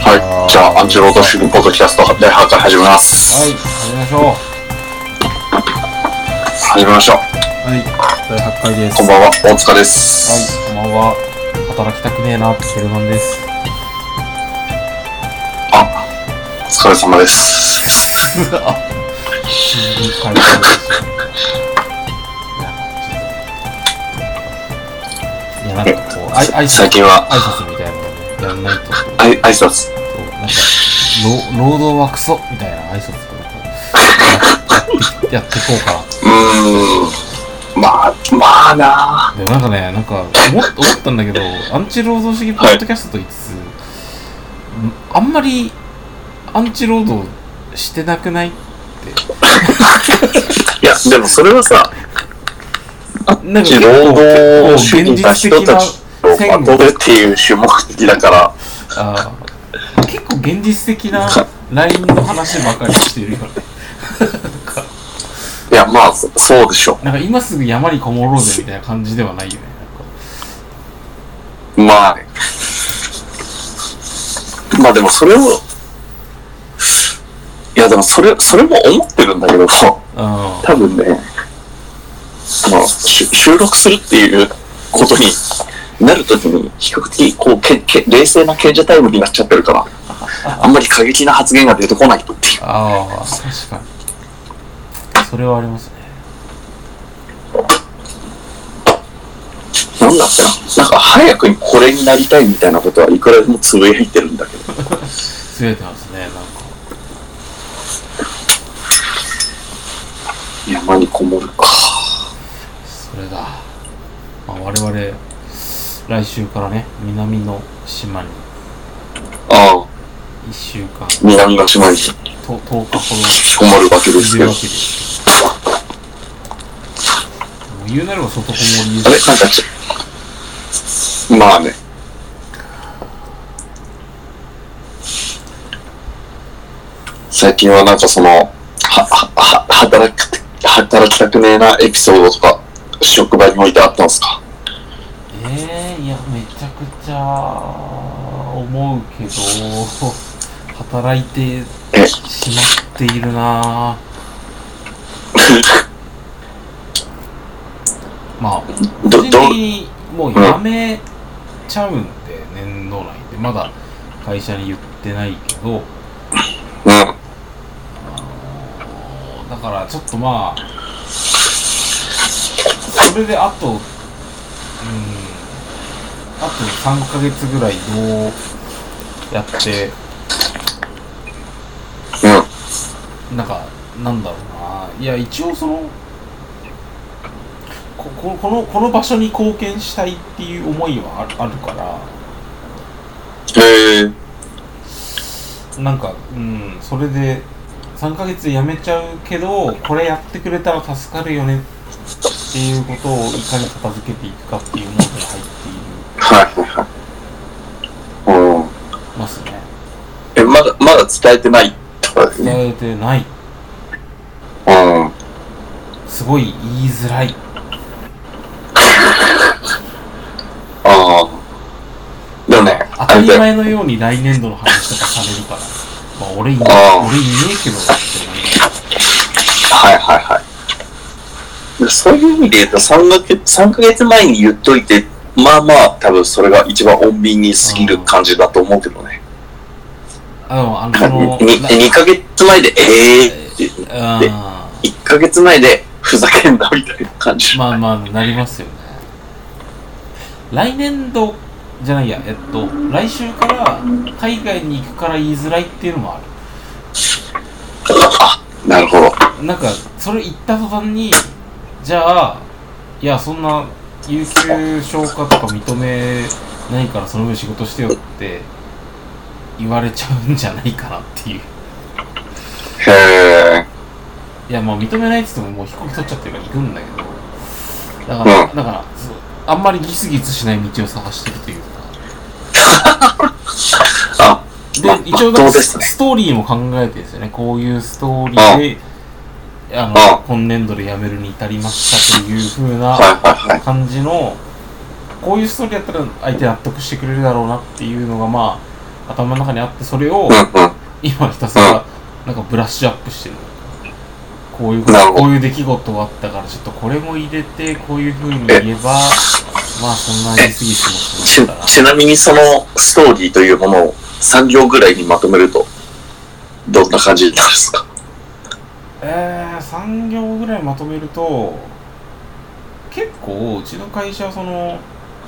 はい、じゃあアンチロード主義ポッドキャスト第8回始めます。 はい、始めましょう。 始めましょう。 はい、第8回です。 こんばんは、大塚です。 はい、こんばんは。働きたくねえなってヘルマンです。 あ、お疲れ様です。 あ、新聞会社です。いや、なんかこう、 最近は挨拶みたいなのね、やんないと。 挨拶。 そう、なんか、労働はクソみたいな挨拶とかやっていこうかな。 まあなでもなんかね、思ったんだけど、アンチ労働主義ポッドキャストと言いつつ、あんまりアンチ労働してなくないって。 いや、でもそれはさ、 なんか労働主義な人たちをまとめっていう主目的だから。 結構現実的な LINE の話ばかりしてるよね。 いや、まあそうでしょ。 なんか今すぐ山にこもろうぜみたいな感じではないよね。 まあね。まあでもそれを、いやでもそれも思ってるんだけど、多分ね、収録するっていうことになるときに比較的こう冷静な賢者タイムになっちゃってるから、あんまり過激な発言が出てこないっていう。 ああ、確かに。それはありますね。 なんだっけな、なんか早くにこれになりたいみたいなことはいくらでもつぶやいてるんだけど。 つぶやいてますね、なんか。 山にこもるか。 それだ。まあ、我々来週からね、南の島に1週間南の島に 10日ほど引きこもるわけですよ。 もう言うなれば外こもりあれなんかまあね。最近はなんかその働きたくねえなエピソードとか職場においてあったんですか？ いやめちゃくちゃ思うけど働いてしまっているな。まあ個人的にもう辞めちゃうんで、年度内でまだ会社に言ってないけど、だからちょっとまあそれであと3ヶ月ぐらいどうやってなんだろうな。いや一応そのこの場所に貢献したいっていう思いはあるから、なんかそれで3ヶ月で辞めちゃうけど、これやってくれたら助かるよねっていうことをいかに片付けていくかっていうモードに入っている。ますね。 まだ伝えてないとかですね。 伝えてない。すごい言いづらい。 でもね、 当たり前のように来年度の話とかされるから、まあ俺いねえけどってそういう意味で言うと3ヶ月前に言っといて、まあまあ多分それが一番穏便に過ぎる感じだと思うけどね。2ヶ月前でって言って、1ヶ月前でふざけんなみたいな感じ。 まあなりますよね。来年度じゃないや、来週から海外に行くから言いづらいっていうのもある。 なるほど。 なんかそれ言った途端に、じゃあいやそんな有給消化とか認めないからその分仕事してよって言われちゃうんじゃないかなっていう。いやまあ認めないって言ってももう飛行機取っちゃってるから行くんだけど、だからあんまりギスギスしない道を探してるというか。で一応ストーリーも考えてですよね。こういうストーリーで今年度で辞めるに至りましたという風な感じの、こういうストーリーやったら相手納得してくれるだろうなっていうのがまあ頭の中にあって、それを今ひたすらなんかブラッシュアップしてる。こういう出来事があったからちょっとこれも入れてこういう風に言えばまあそんなに過ぎてもしまったら。 ちなみにそのストーリーというものを3行ぐらいにまとめるとどんな感じになるんですか ？3行ぐらいまとめると結構うちの会社はその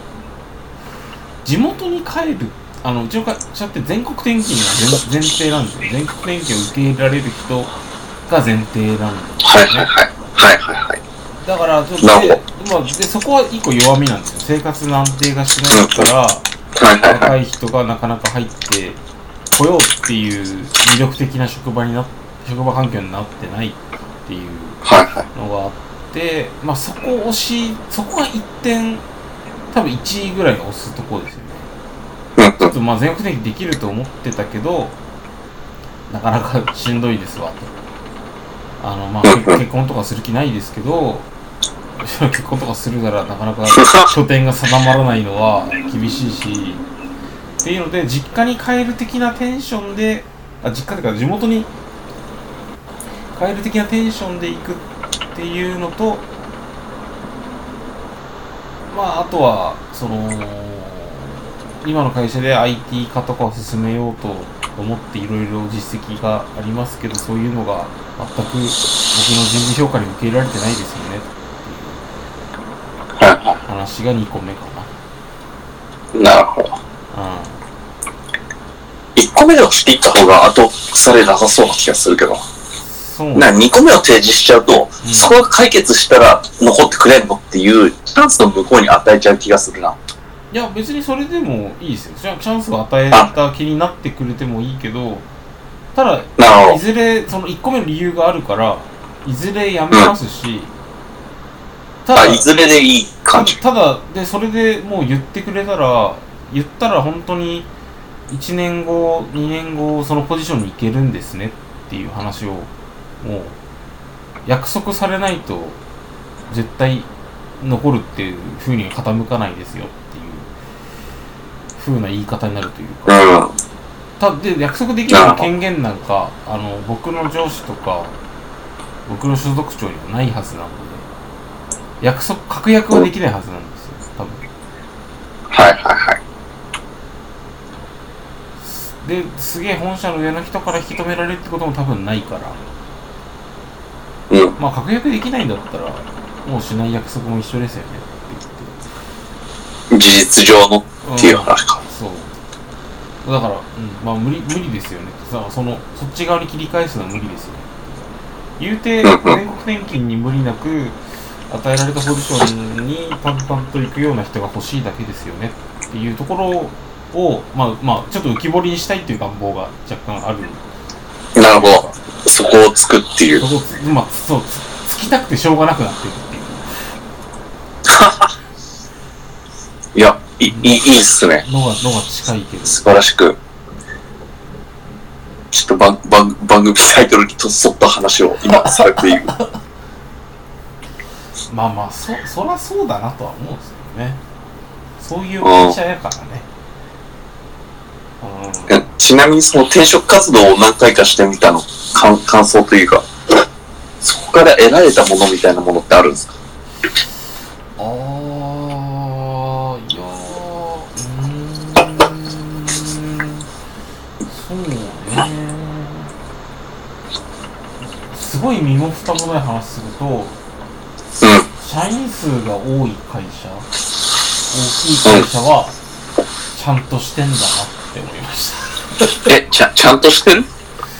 地元に帰るうちの会社って全国転勤が前提なんですよ。全国転勤を受け入れられる人が前提なんですよね。だからちょっとでそこは一個弱みなんですよ。生活の安定がしないから、若い人がなかなか入ってこようっていう魅力的な職場環境になってないっていうのがあって、まあそこが一点多分1位ぐらいが押すところですよね。ちょっとまあ全国的にできると思ってたけどなかなかしんどいですわと。まあ結婚とかする気ないですけど結婚とかするならなかなか拠点が定まらないのは厳しいしっていうので実家に帰る的なテンションで実家というか地元に帰る的なテンションで行くっていうのとまああとはその今の会社で IT 化とかを進めようと思っていろいろ実績がありますけどそういうのが全く僕の人事評価に受け入れられてないですよねっていう話が2個目かな。 なるほど。1個目で押していった方が後腐れなさそうな気がするけど。2個目を提示しちゃうと、そこが解決したら残ってくれんのっていうチャンスを向こうに与えちゃう気がするな。 いや別にそれでもいいですよ。チャンスを与えた気になってくれてもいいけど、ただいずれその1個目の理由があるからいずれ辞めますし、 いずれでいい感じ。 ただでそれでもう言ったら本当に1年後2年後そのポジションに行けるんですねっていう話をもう約束されないと絶対残るっていう風には傾かないですよっていう風な言い方になるというか、で約束できる権限なんか僕の上司とか僕の所属長にはないはずなので確約はできないはずなんですよ多分。ですげえ本社の上の人から引き止められるってことも多分ないから、まあ確約できないんだったらもうしない約束も一緒ですよねって言って、 事実上のっていう話か。 そうだから、まあ無理ですよね。そっち側に切り返すのは無理ですよね。言うて全国転勤に無理なく与えられたポジションに淡々と行くような人が欲しいだけですよねっていうところをまあちょっと浮き彫りにしたいっていう願望が若干ある。 なるほど。そこをつくっていう。 つきたくてしょうがなくなってるっていう。 いや、いいっすね。 のが近いけど。 素晴らしく。ちょっと番組タイトルに沿った話を今されている。 まあそらそうだなとは思うんですけどね。そういう会社やからね。 ちなみにその転職活動を何回かしてみたの感想というか、そこから得られたものみたいなものってあるんですか？ そうね。すごい身も蓋もない話すると、社員数が多い会社、大きい会社はちゃんとしてんだなって思いました。 ちゃんとしてる？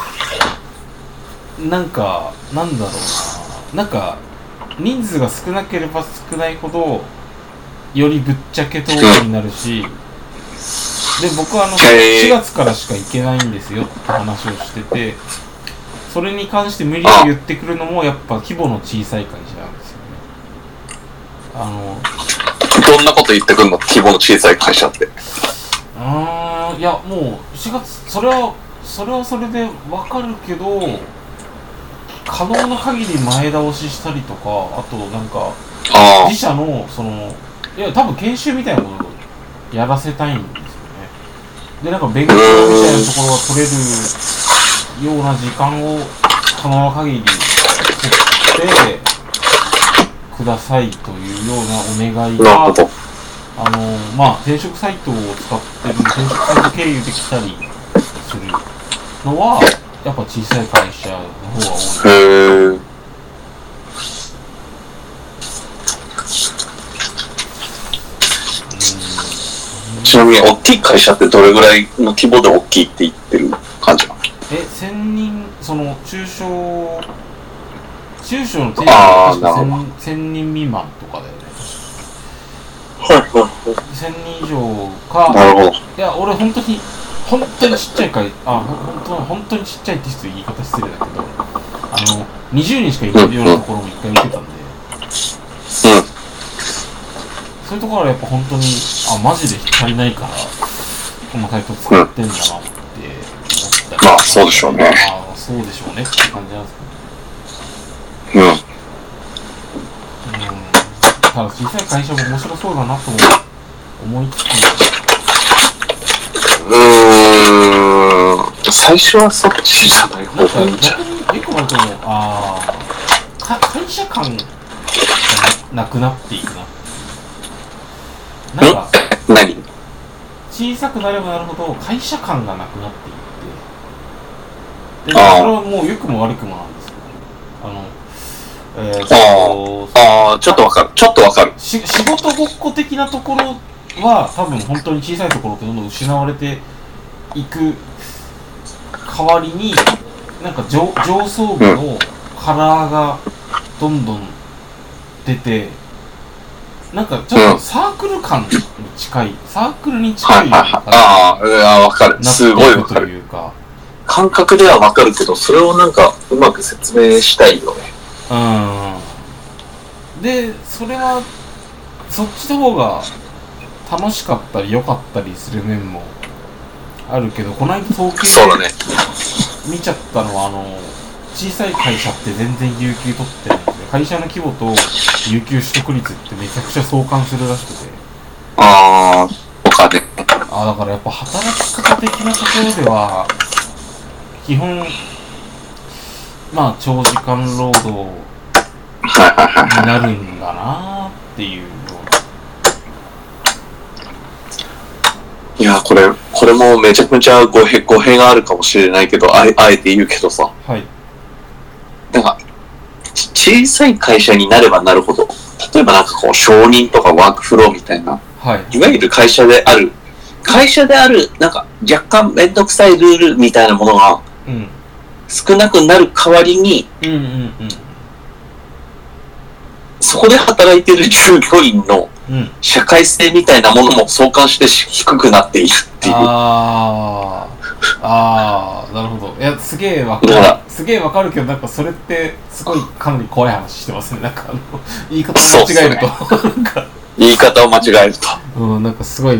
なんだろうな。なんか人数が少なければ少ないほどよりぶっちゃけ通りになるし、で僕は4月からしか行けないんですよって話をしてて、それに関して無理を言ってくるのもやっぱ規模の小さい会社なんですよね。 どんなこと言ってくるの？規模の小さい会社って。 いやもう4月それはそれでわかるけど、可能な限り前倒ししたりとか、あとなんか自社のいや多分研修みたいなことをやらせたいんですよね。 で、なんか勉強みたいなところが取れるような時間を可能な限り取ってくださいというようなお願いが、転職サイトを使ってる転職サイト経由できたりするのは、やっぱ小さい会社の方が多い。 ちなみに大きい会社ってどれぐらいの規模で大きいって言ってる感じなの ？1000人、その中小の定義は確か1000人未満とかだよね。1000人以上か。 なるほど。 いや、俺本当にちっちゃい会、本当にちっちゃいって言い方失礼だけど、20人しかいないようなところも一回受けたんで、そういうところはやっぱ本当に、マジで足りないから、このサイト使ってんだなって思ったり。 まあ、そうでしょうね。 そうでしょうねって感じなんですけど。 ただ小さい会社も面白そうだなと思いつつ。最初はそっちじゃない方がいいんじゃん。 逆によく言われても、会社感がなくなっていくな。なんか何？ 小さくなればなるほど会社感がなくなっていって、でそれはもう良くも悪くもなんですけど、 ちょっとわかる。 仕事ごっこ的なところは多分本当に小さいところってどんどん失われていく代わりに、なんか上層部のカラーがどんどん出て、なんかちょっとサークル感に近い、サークルに近いような感じわかる。すごいわかる。感覚ではわかるけど、それをなんかうまく説明したいよね。 で、それはそっちの方が楽しかったり良かったりする面もあるけど、この間統計見ちゃったのは、小さい会社って全然有給取ってないんですよ。会社の規模と有給取得率ってめちゃくちゃ相関するらしくて。 お金。 だからやっぱ働き方的なところでは、基本、長時間労働になるんだなっていうような。いや、これもめちゃくちゃ語弊があるかもしれないけど、あえて言うけどさ。 はい。 なんか、小さい会社になればなるほど、例えばなんかこう、承認とかワークフローみたいな、いわゆる会社である、なんか若干めんどくさいルールみたいなものが、少なくなる代わりに、そこで働いている従業員の社会性みたいなものも相関して低くなっているっていう。 なるほど。いや、すげえわかるけど、なんかそれってすごいかなり怖い話してますね。なんか言い方を間違えると、 言い方を間違えると、 なんかすごい、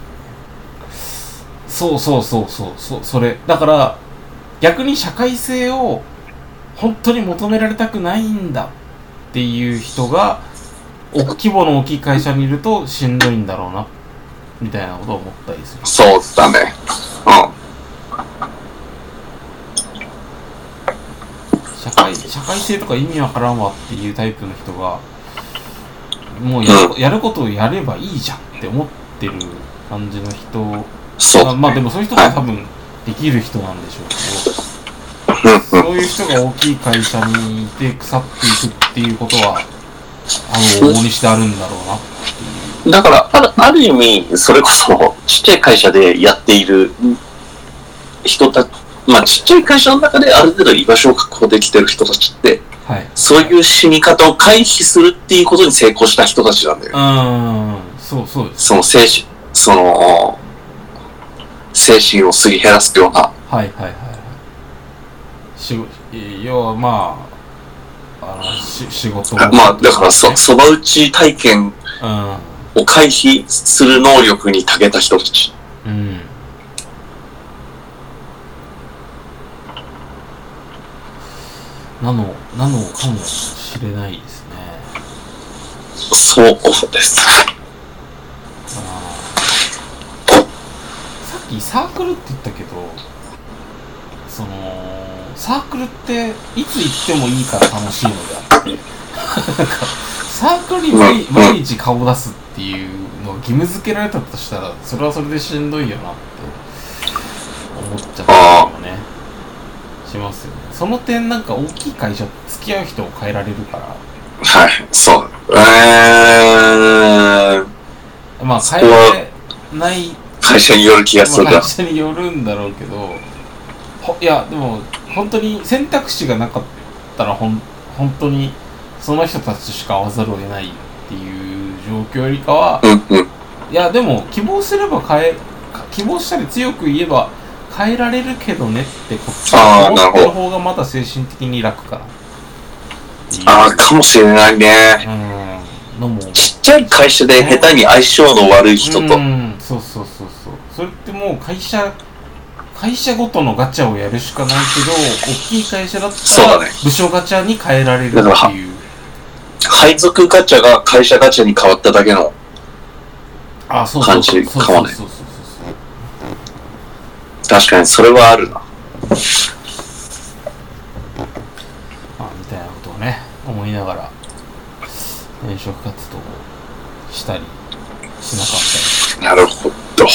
それだから逆に社会性を本当に求められたくないんだっていう人が規模の大きい会社にいるとしんどいんだろうなみたいなことを思ったりする。 そうだね。 社会性とか意味わからんわっていうタイプの人がもうやることをやればいいじゃんって思ってる感じの人が、でもそういう人が多分できる人なんでしょうけど、そういう人が大きい会社にいて腐っていくっていうことは往々にしてあるんだろうなっていう。 だからある意味それこそちっちゃい会社でやっている人たち、ちっちゃい会社の中である程度居場所を確保できてる人たちって、そういう死に方を回避するっていうことに成功した人たちなんだよ。 そうです。 その精神をすり減らすような。 要は仕事を、 だからそば打ち体験を回避する能力に長けた人たち。 なのかもしれないですね。 そうです。 さっきサークルって言ったけど、そのサークルっていつ行ってもいいから楽しいのであってなんかサークルに毎日顔出すっていうのを義務付けられたとしたら、それはそれでしんどいよなって思っちゃったりもねしますよね。その点なんか大きい会社付き合う人を変えられるから、 はい、そう。 まあ変えられない会社による気がするな。 会社によるんだろうけど、いやでも本当に選択肢がなかったら本当にその人たちしか会わざるを得ないっていう状況よりかは、いやでも希望すれば希望したり強く言えば変えられるけどねってこっちが思ってる方がまだ精神的に楽かな。 かもしれないね。ちっちゃい会社で下手に相性の悪い人と。 そう。それってもう会社ごとのガチャをやるしかないけど、大きい会社だったら部署ガチャに変えられるっていう。 配属ガチャが会社ガチャに変わっただけの感じかもね。確かにそれはあるな。 みたいなことをね思いながら転職活動をしたりしなかったり。 なるほど。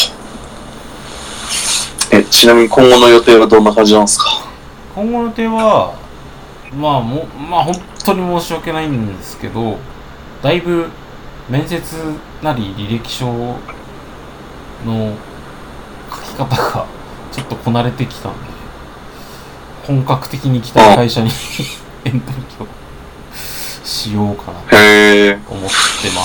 ちなみに今後の予定はどんな感じなんですか？ 今後の予定はまあ本当に申し訳ないんですけど、だいぶ面接なり履歴書の書き方がちょっとこなれてきたんで、本格的に行きたい会社にエントリーをしようかなと思ってます。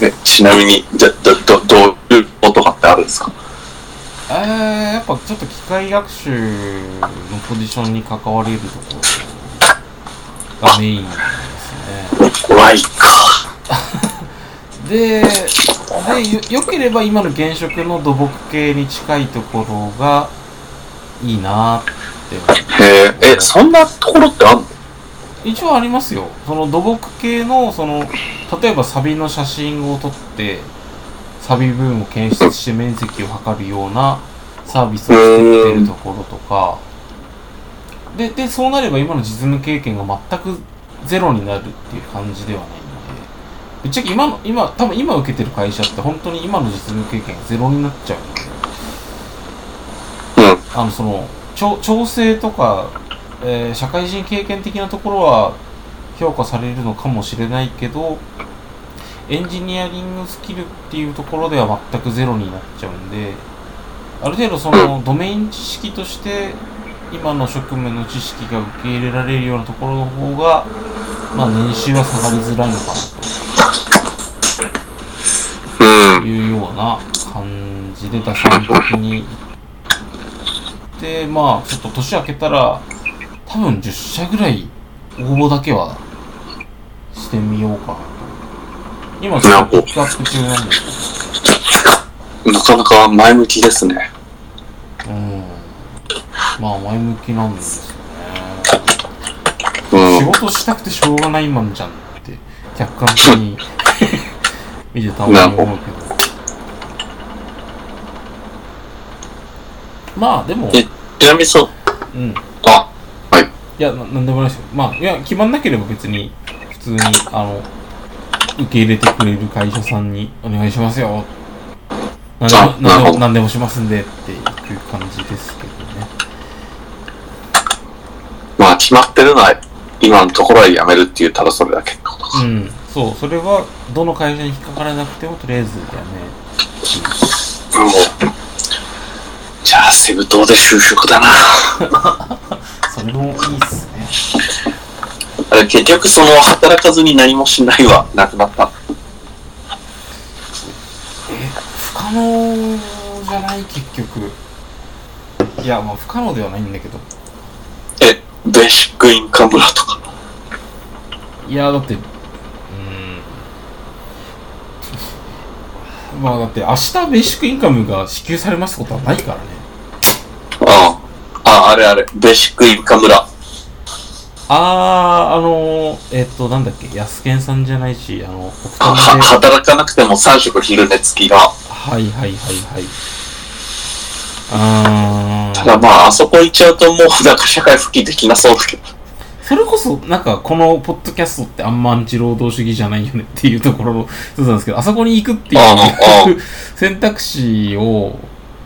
ちなみにどういうことかってあるんですか？ やっぱちょっと機械学習のポジションに関われるところがメインですね。 怖いか。 でよければ今の現職の土木系に近いところがいいなって思って。 そんなところってあるの？ 一応ありますよ。その土木系の例えばサビの写真を撮ってサビ部分を検出して面積を測るようなサービスを作ってるところとかでそうなれば今の実務経験が全くゼロになるっていう感じではないので、ぶっちゃけ多分今受けてる会社って本当に今の実務経験がゼロになっちゃうので、調整とか、社会人経験的なところは評価されるのかもしれないけど、エンジニアリングスキルっていうところでは全くゼロになっちゃうんで、ある程度ドメイン知識として今の職務の知識が受け入れられるようなところの方が年収は下がりづらいのかなというような感じで打算的にで、ちょっと年明けたら多分10社ぐらい応募だけはしてみようかなと。今ちょっとピックアップ中なんですけど、 なかなか前向きですね。 前向きなんですよね。仕事したくてしょうがないマンじゃんって客観的に見てたまに思うけど、でもちなみにはい。 いや、なんでもないですよ。いや、決まんなければ別に普通に受け入れてくれる会社さんにお願いしますよ、何でもしますんでっていう感じですけどね。 決まってるのは今のところは辞めるっていうただそれだけってことか。 そう、それはどの会社に引っかからなくてもとりあえず辞めじゃあセブ島で就職だな。 それもいいっすね。 結局働かずに何もしないはなくなった。 不可能じゃない結局。いや不可能ではないんだけど。 ベーシックインカムラとか。 いやだってだって明日ベーシックインカムが支給されますことはないからね。 あれベーシックインカムラ。 なんだっけ、安健さんじゃないし、 働かなくても3食昼寝付きが。 はい。 ただまあ、あそこ行っちゃうともうなんか社会復帰できなそうだけど。 それこそ、なんかこのポッドキャストってあんまアンチ労働主義じゃないよねっていうところの一つなんですけど、あそこに行くっていう選択肢を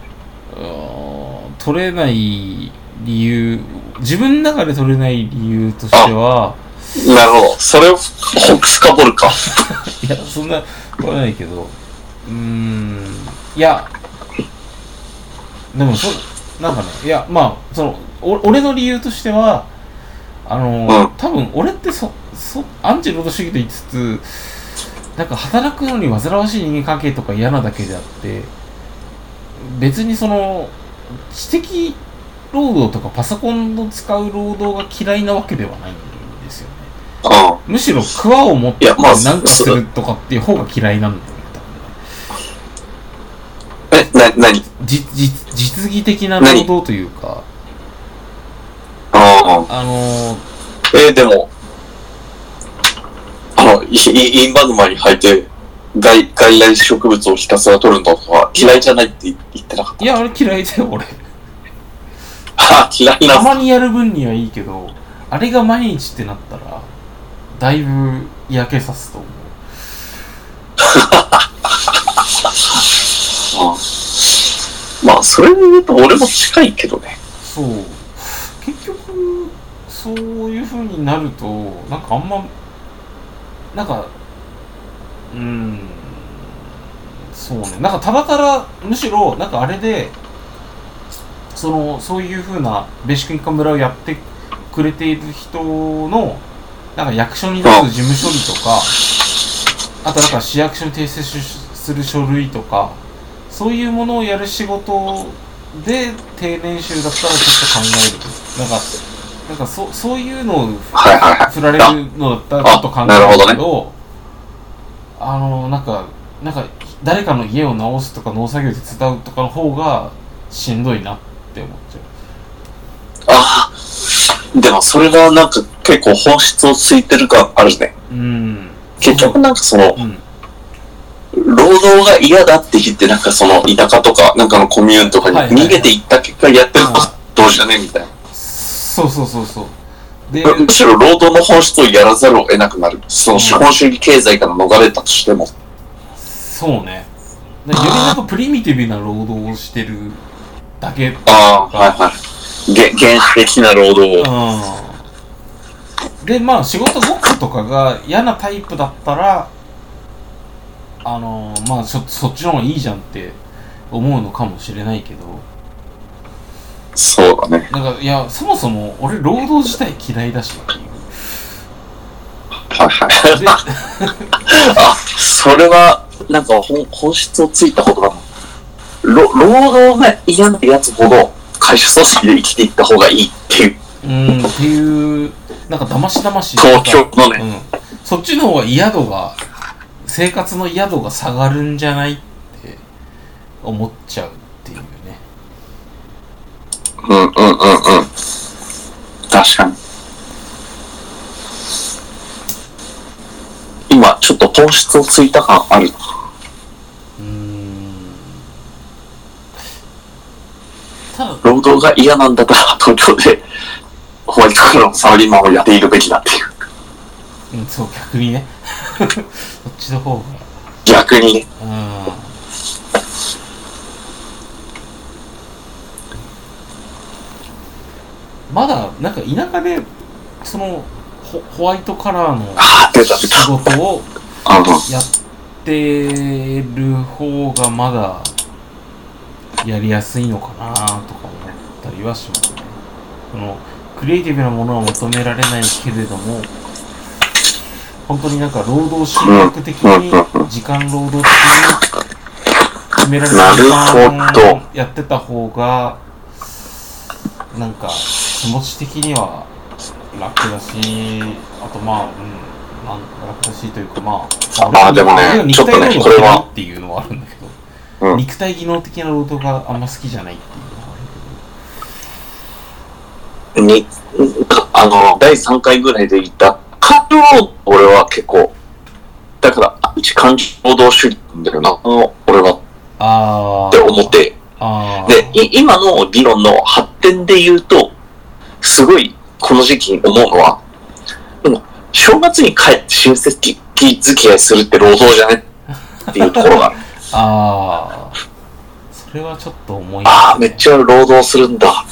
取れない理由、自分の中で取れない理由としては、 なるほど。それを深掘るか。 いや、そんなことないけど、いや、でもなんかね、いや、まあ、俺の理由としては、多分俺ってアンチ労働主義と言いつつ、なんか働くのに煩わしい人間関係とか嫌なだけであって、別に知的労働とかパソコンを使う労働が嫌いなわけではないんですよね。むしろクワを持って何かするとかっていう方が嫌いなんだよね、多分ね。 何？ 実技的な労働というか、 でも、インバヌマに入って外来植物をひたすら取るんだとか嫌いじゃないって言ってなかった？ いや、俺嫌いだよ、俺。 嫌いな。 たまにやる分にはいいけど、あれが毎日ってなったら、だいぶ嫌気さすと思う。 まあ、それで言うと俺も近いけどね。 そう。結局、そういう風になると、なんかあんま、なんか、そうね。なんかただただ、むしろ、なんかあれで、そういう風なベーシックインカム村をやってくれている人の、なんか役所に出す事務処理とか、あとなんか市役所に提出する書類とか、そういうものをやる仕事で低年収だったらちょっと考える。なんかそういうのを振られるのだったらちょっと考えるけど、なんか誰かの家を直すとか農作業手伝うとかの方がしんどいなって思っちゃう。でもそれがなんか結構本質をついてる感あるね。結局なんか労働が嫌だって言ってなんか田舎とかなんかのコミューンとかに逃げていった結果やってることどうじゃねみたいな。 そうでむしろ労働の本質をやらざるを得なくなる。資本主義経済から逃れたとしても。 そうね。よりなんかプリミティブな労働をしてるだけ。 原始的な労働を。 で、まあ仕事ごっことかが嫌なタイプだったら、まあそっちの方がいいじゃんって思うのかもしれないけど。 そうだね。 なんか、いや、そもそも俺労働自体嫌いだしっていう。 それはなんか本質をついた言葉だ。労働が嫌なやつほど会社組織で生きていった方がいいっていう。 っていう、なんか騙し東京のね、 そっちの方が生活の嫌度が下がるんじゃないって思っちゃうっていうね。 確かに。今ちょっと本質をついた感ある。労働が嫌なんだったら東京でホワイトカラーのサラリーマンをやっているべきだっていう。 そう、逆にね。そっちの方が。 逆にね。 まだ、なんか田舎で、ホワイトカラーの仕事をやってる方がまだやりやすいのかなとか思ったりはしますね。クリエイティブなものは求められないけれども、本当になんか労働集約的に時間労働的に決められた時間をやってた方がなんか気持ち的には楽だし、あと楽だしというかでもね、ちょっとね、これはっていうのはあるんだけど、肉体技能的な労働があんま好きじゃないっていうのはあるけど、第3回ぐらいで言った感情労働、俺は結構だから感情労働主義なんだよな、俺はって思って、 で、今の理論の発展で言うと、すごいこの時期に思うのは、でも正月に帰って親戚付き合いするって労働じゃねっていうところがある。 ああ、それはちょっと重い、 ね。ああ、めっちゃ労働するんだ。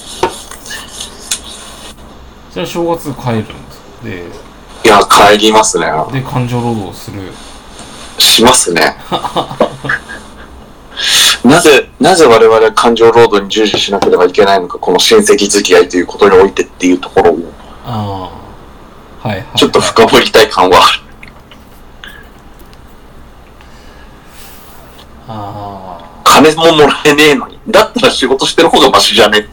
じゃあ正月帰るんですで、 いや、帰りますね。 で、感情労働する。 しますね。なぜ我々は感情労働に従事しなければいけないのか、この親戚付き合いということにおいてっていうところを、 はいはい、 ちょっと深掘りたい感はある。金ももらえねえのに、だったら仕事してる方がマシじゃね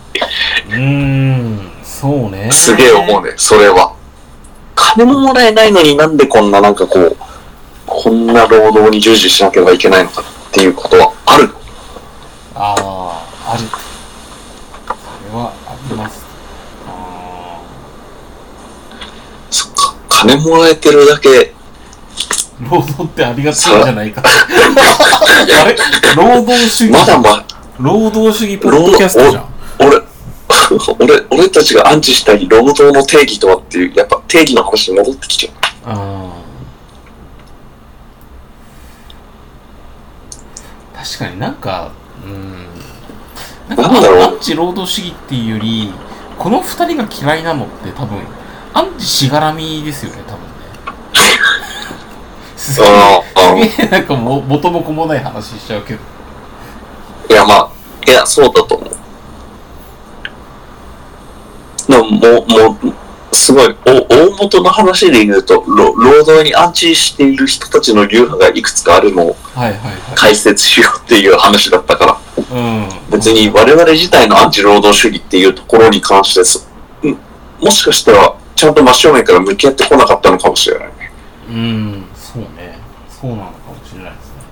そうね。 すげえ思うね、それは。金ももらえないのになんでこんななんかこう、こんな労働に従事しなければいけないのかっていうことはあるの？ ある。それはあります。 そっか、金もらえてるだけ。 労働ってありがたいんじゃないか。あれ労働主義。労働主義ポッドキャストじゃん。 俺たちがアンチしたい労働の定義とはっていう、やっぱ定義の話に戻ってきちゃう。 確かになんかアンチ労働主義っていうより、この二人が嫌いなのって多分アンチしがらみですよね、多分ね。すげえなんか元も子もない話しちゃうけど。 いやそうだと思う。もうすごい大元の話で言うと、労働にアンチしている人たちの流派がいくつかあるのを解説しようっていう話だったから、別に我々自体のアンチ労働主義っていうところに関してもしかしたらちゃんと真正面から向き合ってこなかったのかもしれないね。 そうね、そうなのかもしれないです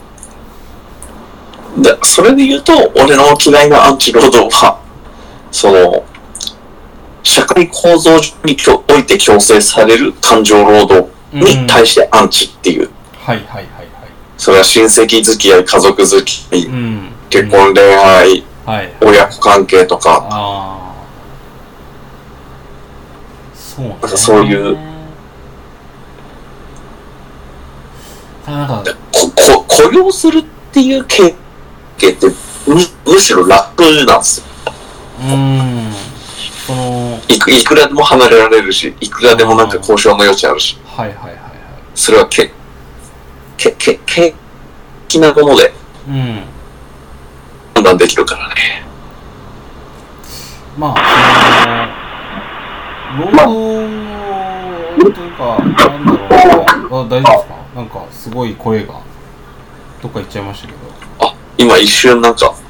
ね。で、それで言うと、俺の嫌いなアンチ労働は、その社会構造において強制される感情労働に対してアンチっていう。それは親戚付き合い、家族付き合い、結婚、恋愛、親子関係とか。 そうね。 なんかそういう。雇用するっていう経験ってむしろ楽なんですよ。いくらでも離れられるし、いくらでもなんか交渉の余地あるし。それは経気なもので判断できるからね。 労働というか、なんだろうな。大丈夫ですか？なんかすごい声がどっか行っちゃいましたけど。 今一瞬なんか。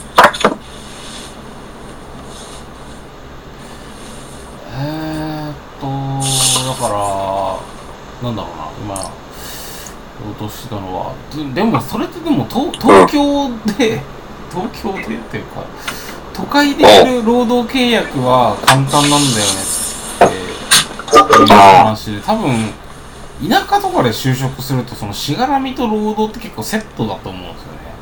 だからなんだろうな、今言おうとしたのは、でもそれってでも東京でっていうか都会でやる労働契約は簡単なんだよねっていう話で、多分田舎とかで就職するとそのしがらみと労働って結構セットだと思うんですよね。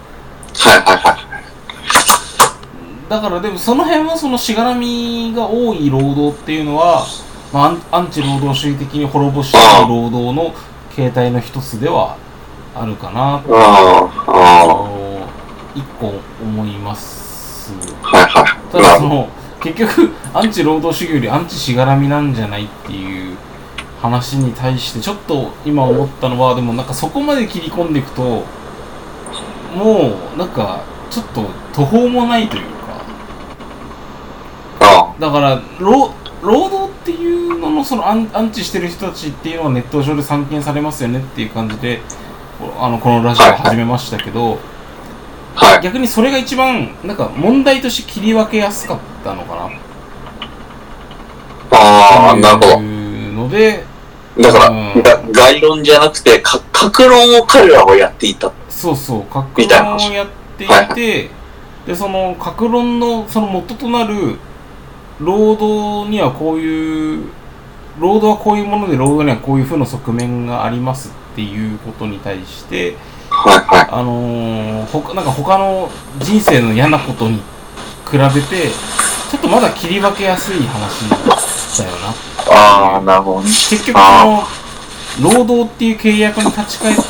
だからでもその辺はそのしがらみが多い労働っていうのは、アンチ労働主義的に滅ぼしている労働の形態の一つではあるかなと一個思います。ただその結局アンチ労働主義よりアンチしがらみなんじゃないっていう話に対してちょっと今思ったのは、でもなんかそこまで切り込んでいくともうなんかちょっと途方もないというか、だから労働っていうののそのアンチしてる人たちっていうのはネット上で散見されますよねっていう感じでこのラジオを始めましたけど、逆にそれが一番なんか問題として切り分けやすかったのかなっていうので、 だから、概論じゃなくて格論を彼らはやっていた。 そう格論をやっていて、でその格論のその元となる労働にはこういう労働はこういうもので、労働にはこういう負の側面がありますっていうことに対して、 なんか他の人生の嫌なことに比べてちょっとまだ切り分けやすい話だよな。 ああ、なるほどね。 結局労働っていう契約に立ち返って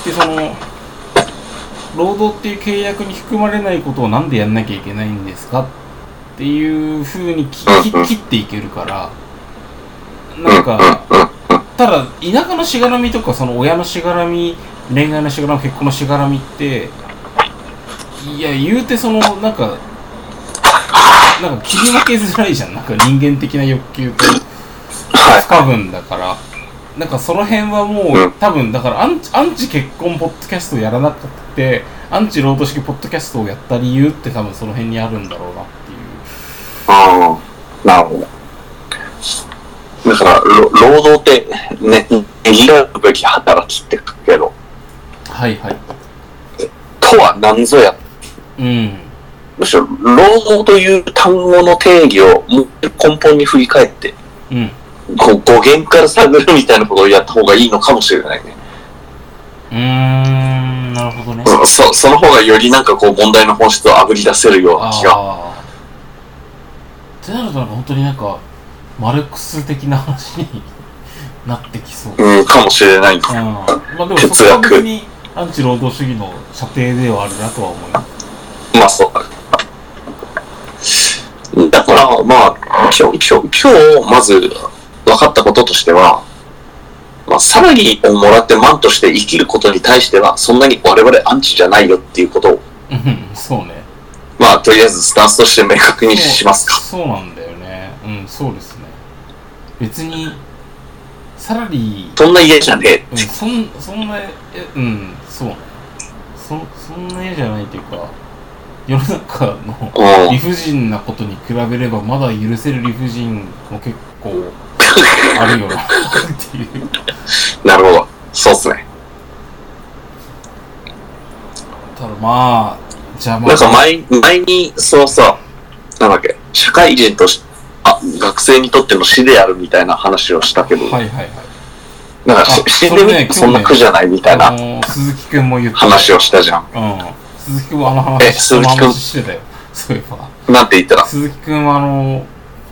労働っていう契約に含まれないことをなんでやんなきゃいけないんですかっていう風に切っていけるから、なんかただ田舎のしがらみとかその親のしがらみ、恋愛のしがらみ、結婚のしがらみっていや言うてなんか切り分けづらいじゃん。なんか人間的な欲求と不可分だから、なんかその辺はもう多分だからアンチ結婚ポッドキャストをやらなくてアンチ労働式ポッドキャストをやった理由って多分その辺にあるんだろうなっていう。 ああ、なるほど。だから労働ってね、ねぎらうべき働きって書くけど、 はいはい。 とは何ぞや。 うん。 むしろ労働という単語の定義をもう根本に振り返って、 うん。 語源から探るみたいなことをやった方がいいのかもしれないね。 なるほどね。 その方がよりなんかこう問題の本質をあぶり出せるような気が。 ってなるとなんか本当になんかマルクス的な話になってきそう。 かもしれない。 まあでもそこは別にアンチ労働主義の射程ではあるなとは思います。 まあそうだ。だからまあ今日まず分かったこととしては、まあ、サラリーをもらってマンとして生きることに対してはそんなに我々アンチじゃないよっていうことをそうね。 まあとりあえずスタンスとして明確にしますか。 そうなんだよね。そうですね。別にサラリーそんな嫌じゃねえ。 そんなそうね。そんな嫌じゃないというか、世の中の理不尽なことに比べればまだ許せる理不尽も結構あるよなっていう。 なるほど。そうっすね。 ただまあじゃあなんか前にそうさ、なんだっけ、社会人として学生にとっての死であるみたいな話をしたけど、 はいはいはい。 なんか死んでみてそんな苦じゃないみたいな鈴木くんも言った話をしたじゃん。 鈴木くんは話してたよ。そういえば。 なんて言ったら。 鈴木くんは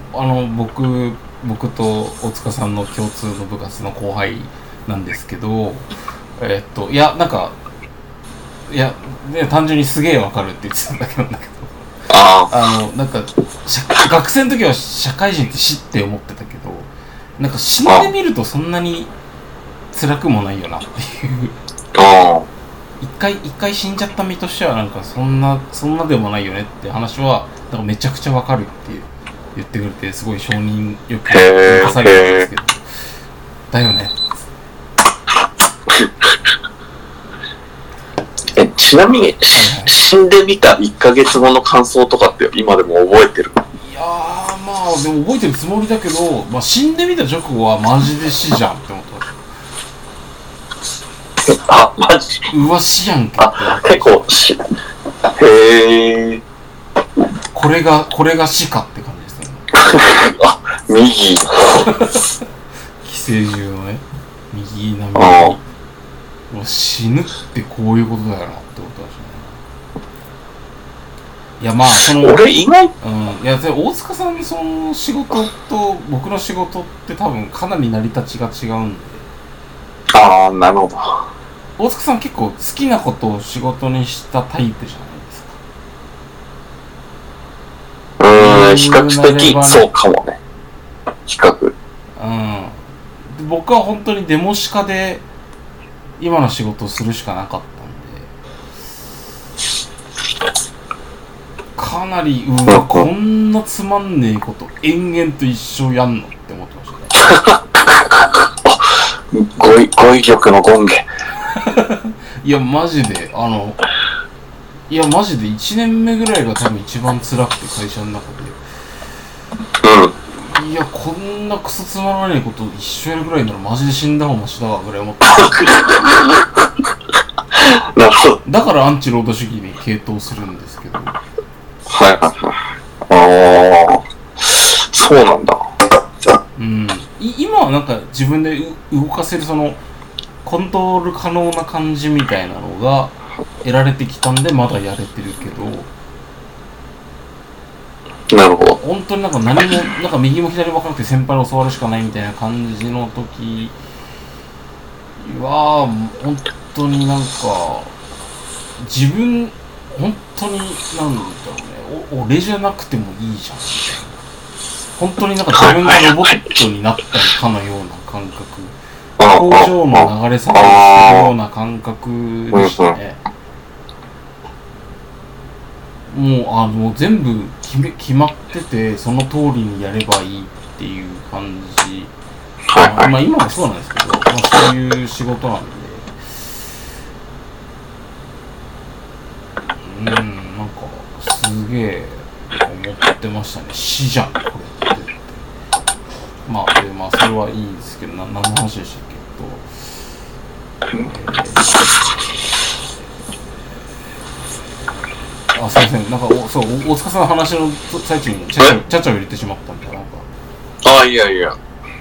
僕と大塚さんの共通の部活の後輩なんですけど、いやなんか単純にすげえわかるって言ってたんだけど。なんか学生の時は社会人って死って思ってたけど、なんか死んでみるとそんなに辛くもないよなっていう。一回死んじゃった身としてはなんかそんなでもないよねって話はなんかめちゃくちゃわかるって言ってくれて、すごい承認欲求を満たされるんですけど、だよね。 ちなみに、死んでみた1ヶ月後の感想とかって今でも覚えてる？ いやーまあでも覚えてるつもりだけど、まあ、死んでみた直後はマジで死じゃんって思った。 マジ？ うわ死やんけって結構死。へー。 これが死かって感じですね。 右。 寄生獣のね、右並みに死ぬってこういうことだよなってことだしね。いやまあ俺意外。 いや大塚さんのその仕事と僕の仕事って多分かなり成り立ちが違うんで。 なるほど。 大塚さん結構好きなことを仕事にしたタイプじゃないですか。 比較的そうかもね。比較。 僕は本当にデモシカで今の仕事をするしかなかったんで、かなりこんなつまんねえこと延々と一生やんのって思ってましたね。 語彙力の権限。 いやマジで1年目ぐらいが多分一番辛くて、会社の中で。いやこんなクソつまらないこと一生やるぐらいならマジで死んだ方がマシだわぐらい思ってなるほど。 だからアンチ労働主義に傾倒するんですけど。 そうなんだ。 今はなんか自分で動かせるそのコントロール可能な感じみたいなのが得られてきたんでまだやれてるけど、 なるほど。 本当になんか何もなんか右も左も分からなくて先輩に教わるしかないみたいな感じの時は本当になんか自分本当になんだろうね、俺じゃなくてもいいじゃんみたいな、本当になんか自分がロボットになったかのような感覚、工場の流れ作業するような感覚でしたね。もう全部決まっててその通りにやればいいっていう感じ。まあ今もそうなんですけど、まあ、そういう仕事なんで、なんかすげえ思ってましたね。死じゃんこれってまあそれはいいんですけど、何の話でしたっけ。すいません、なんかそう大塚さんの話の最中にちゃちゃを入れてしまったんで、なんかいや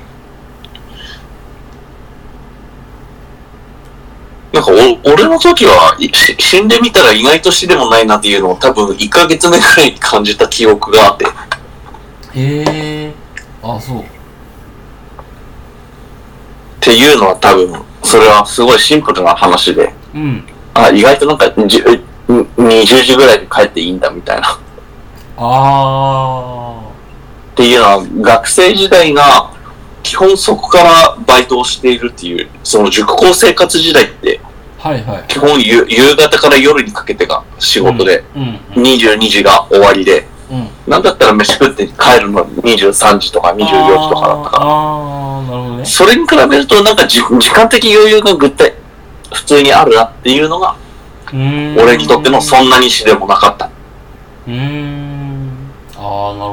なんか俺の時は死んでみたら意外と死でもないなっていうのを多分1ヶ月目くらいに感じた記憶があって。 へえ。そう。 っていうのは多分それはすごいシンプルな話で、意外となんか20時ぐらいで帰っていいんだみたいな。っていうのは学生時代が基本そこからバイトをしているっていう、その塾校生活時代って基本夕方から夜にかけてが仕事で、22時が終わりで、なんだったら飯食って帰るの23時とか24時とかだったから、 なるほどね。 それに比べるとなんか時間的余裕がぐって普通にあるなっていうのが俺にとってのそんなに死でもなかった。 なるほど。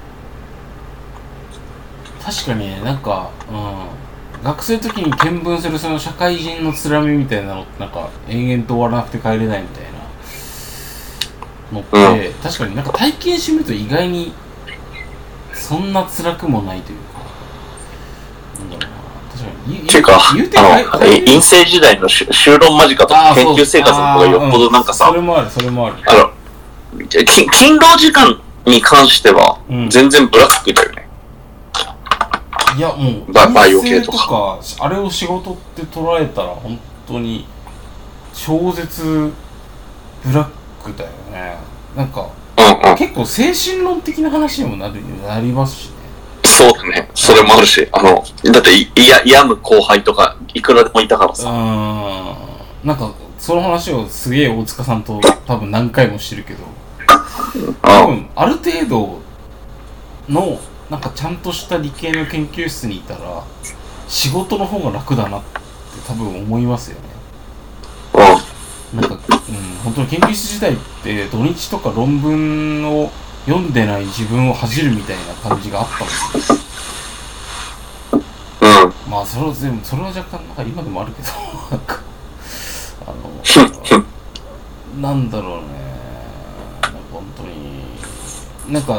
確かにね、なんか、学生の時に見聞するその社会人のつらみみたいなのってなんか延々と終わらなくて帰れないみたいなのって、確かになんか体験してみると意外にそんな辛くもないというか、なんだろうな、確かにっていうか、院生時代の修論間近とか研究生活の方がよっぽどなんかさ、 それもある勤労時間に関しては全然ブラックだよね。 いやもうバイオ系とかあれを仕事って捉えたら本当に超絶ブラックだよね。なんか、結構精神論的な話にもなりますしね。 そうだね、それもあるし、だって病む後輩とかいくらでもいたからさ。 なんかその話をすげえ大塚さんと多分何回もしてるけど、多分ある程度のなんかちゃんとした理系の研究室にいたら仕事の方が楽だなって多分思いますよね。なんか、本当に研究室時代って土日とか論文を読んでない自分を恥じるみたいな感じがあったんですよ。まあそれは若干なんか今でもあるけどなんかなんだろうね、本当になんか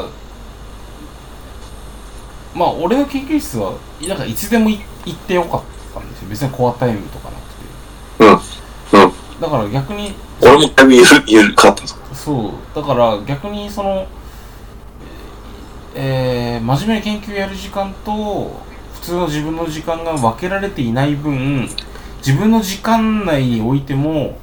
まあ俺の研究室はなんかいつでも行ってよかったんですよ。別にコアタイムとかなくて。だから逆に俺もだいぶ緩かったぞ。 そうだから逆にその、真面目に研究やる時間と普通の自分の時間が分けられていない分、自分の時間内においても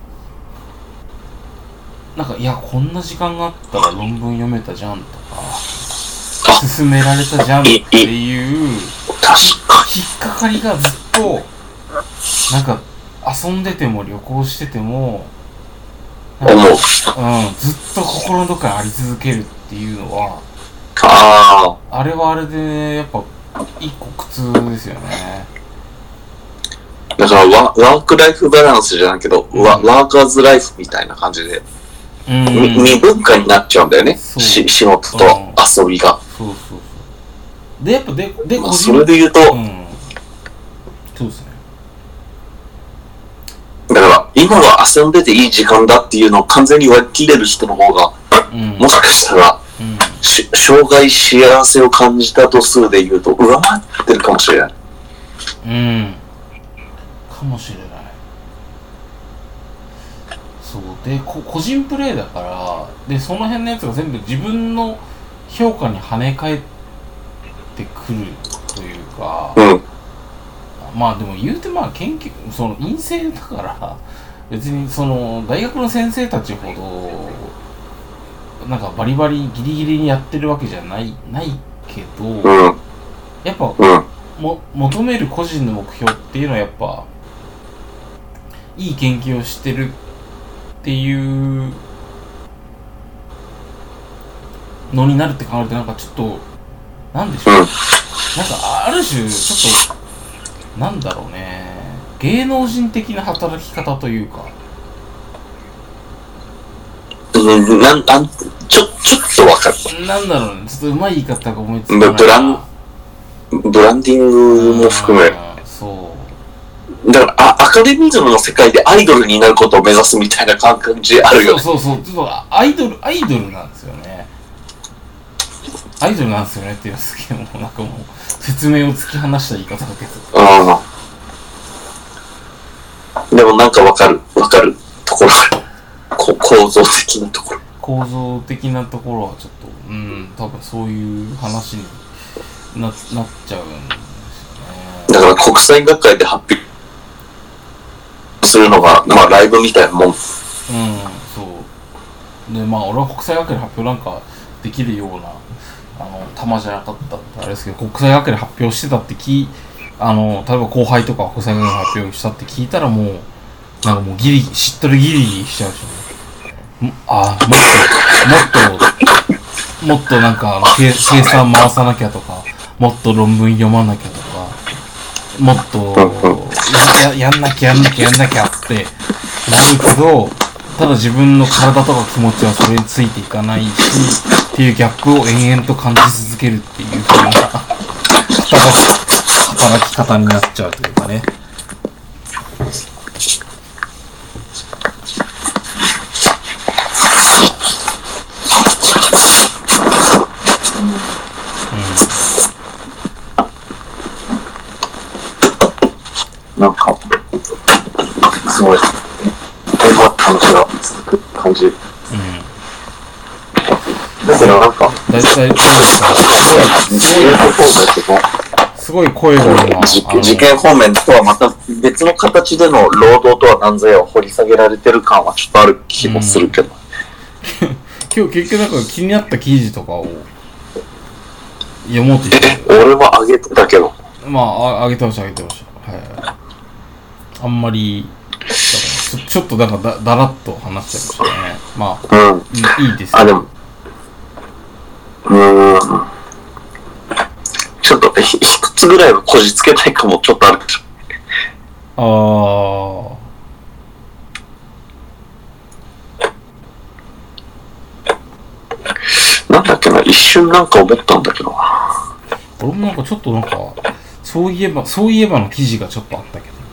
なんかいやこんな時間があったら論文読めたじゃんとか進められたじゃんっていう引っかかりがずっとなんか遊んでても旅行しててもずっと心のどこかにあり続けるっていうのはあれはあれでやっぱ一個苦痛ですよね。 だからワークライフバランスじゃないけど、ワーカーズライフみたいな感じで二分化になっちゃうんだよね。仕事と遊びが。 でやっぱそれで言うと、 そうですね。 だから今は遊んでていい時間だっていうのを完全に割り切れる人の方が、もしかしたら、生涯幸せを感じた度数で言うと上回ってるかもしれない。 かもしれない。 そうで個人プレーだからでその辺のやつが全部自分の評価に跳ね返ってくるというか、まあでも言うてまあ研究その陰性だから別にその大学の先生たちほどなんかバリバリギリギリにやってるわけじゃないけど、やっぱ、求める個人の目標っていうのはやっぱいい研究をしてるっていうのになるって考えるとなんかちょっとなんでしょう、なんかある種ちょっとなんだろうね芸能人的な働き方というかちょっとわかる。 なんだろうねちょっとうまい言い方が思いつかないブランディングも含めそうだからアカデミズムの世界でアイドルになることを目指すみたいな感じあるよね。 そうちょっとアイドルなんですよね。アイドルなんですよねって言うんですけどもなんかもう説明を突き放した言い方だけどでもなんかわかるところ構造的なところはちょっと多分そういう話になっちゃうんですよね。 だから国際学会で発表するのがまあライブみたいなもん。 そうでまあ俺は国際学会で発表なんかできるような玉じゃなかったってあれですけど国際学会で発表してたって例えば後輩とか国際学会で発表したって聞いたらもうなんかもうしっとりギリギリしちゃうしね。もっとなんか計算回さなきゃとかもっと論文読まなきゃとかもっとやんなきゃってなるけどただ自分の体とか気持ちはそれについていかないしっていうギャップを延々と感じ続けるっていう風な働き方になっちゃうというかね。 なんかすごい話が続く感じ。だけどなんか大体すごい声が事件方面とはまた別の形での労働とは何ぞやを掘り下げられてる感はちょっとある気もするけど、 今日結局なんか気になった記事とかを読もうとして俺は上げてたけどまあ上げてましたはいあんまりちょっとなんかだらっと話しちゃいましたね。まあ、いいですね。 でもちょっと一つぐらいはこじつけたいかもちょっとあるけど。 なんだっけな、一瞬なんか思ったんだけど俺もなんかちょっとなんかそういえばの記事がちょっとあったけど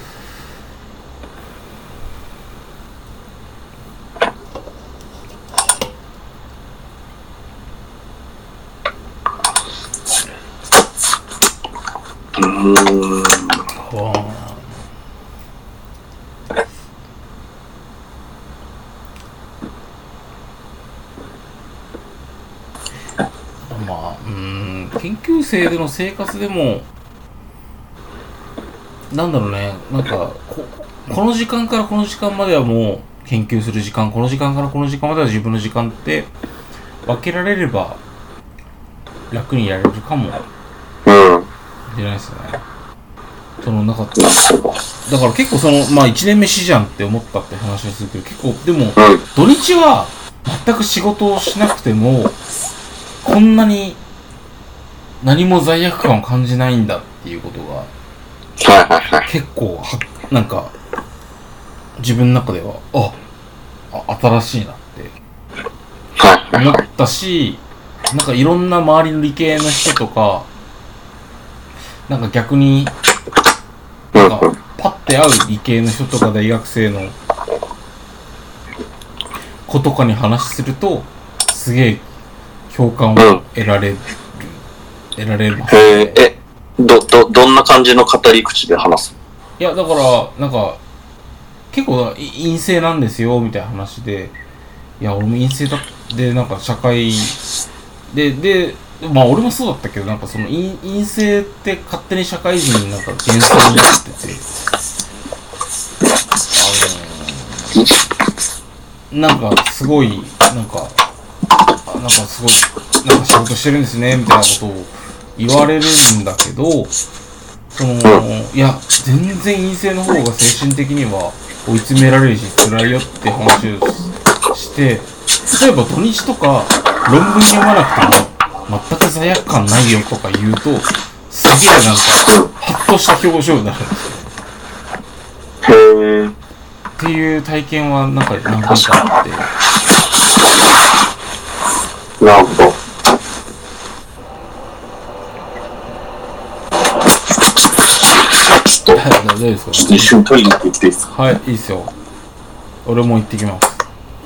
研究生での生活でもなんだろうねなんかこの時間からこの時間まではもう研究する時間この時間からこの時間までは自分の時間って分けられれば楽にやれるかもしれないですよね。そのなんかだから結構そのまあ1年目死じゃんって思ったって話をするけど結構でも土日は全く仕事をしなくてもこんなに何も罪悪感を感じないんだっていうことが結構なんか自分の中では新しいなって思ったしなんかいろんな周りの理系の人とかなんか逆になんかパッて会う理系の人とか大学生の子とかに話するとすげえ共感を得られますね。どんな感じの語り口で話す？ いやだからなんか結構陰性なんですよみたいな話で、いや俺も陰性だでなんか社会でまあ俺もそうだったけど、なんかその陰性って勝手に社会人になんか幻想になってて、なんかすごいなんかすごいなんか仕事してるんですねみたいなことを言われるんだけど、いや全然陰性の方が精神的には追い詰められるし辛いよって話をして、例えば土日とか論文読まなくても全く罪悪感ないよとか言うと、すげえなんかハッとした表情になるんですよ。 へー。 っていう体験はなんか何回かあって。 なるほど。 大丈夫ですか？ ちょっと一瞬トイレ行ってきていいですか？ はい、いいですよ。俺も行ってきます。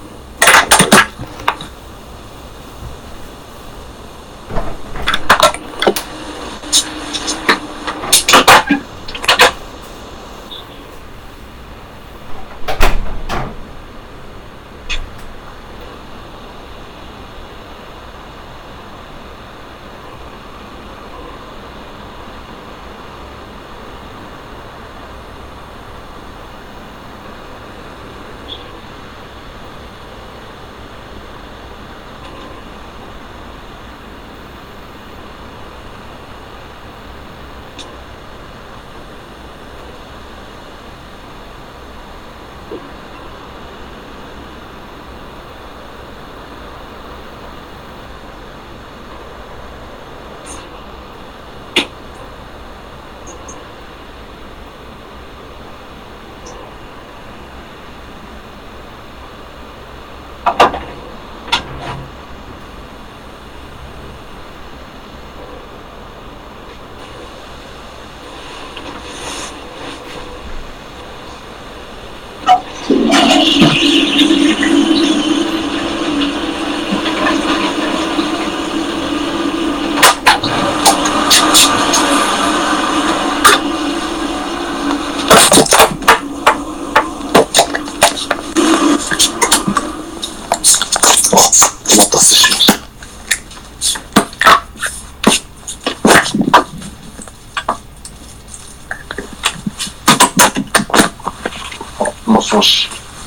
もしもし。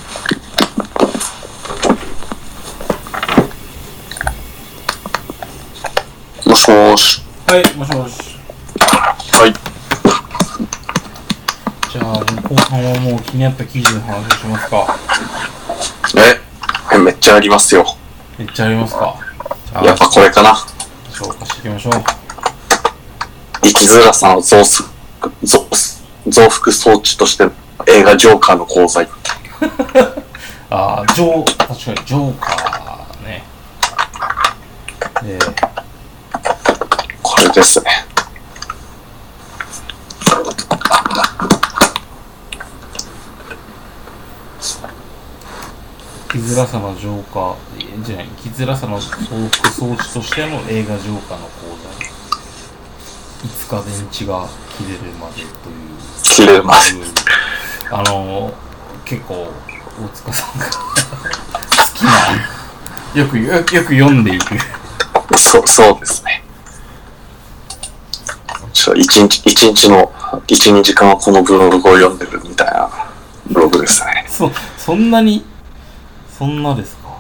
もしもし。 はい、もしもし。 はい。 じゃあ、後半はもう気になった記事の話をしますか。 めっちゃありますよ。 めっちゃありますか。 やっぱこれかな。 紹介していきましょう。 生きづらさの増幅装置として映画ジョーカーの功罪。 ああ、確かにジョーカーね。 これですね。 生きづらさのジョーカーじゃない、生きづらさの増幅装置としての映画ジョーカーの功罪。いつか電池が切れるまでという。 切れるまで。 結構大塚さんが好きな、よく読んでいる。 そうですね。一日の 1,2 時間はこのブログを読んでるみたいなブログですね。 そんなですか。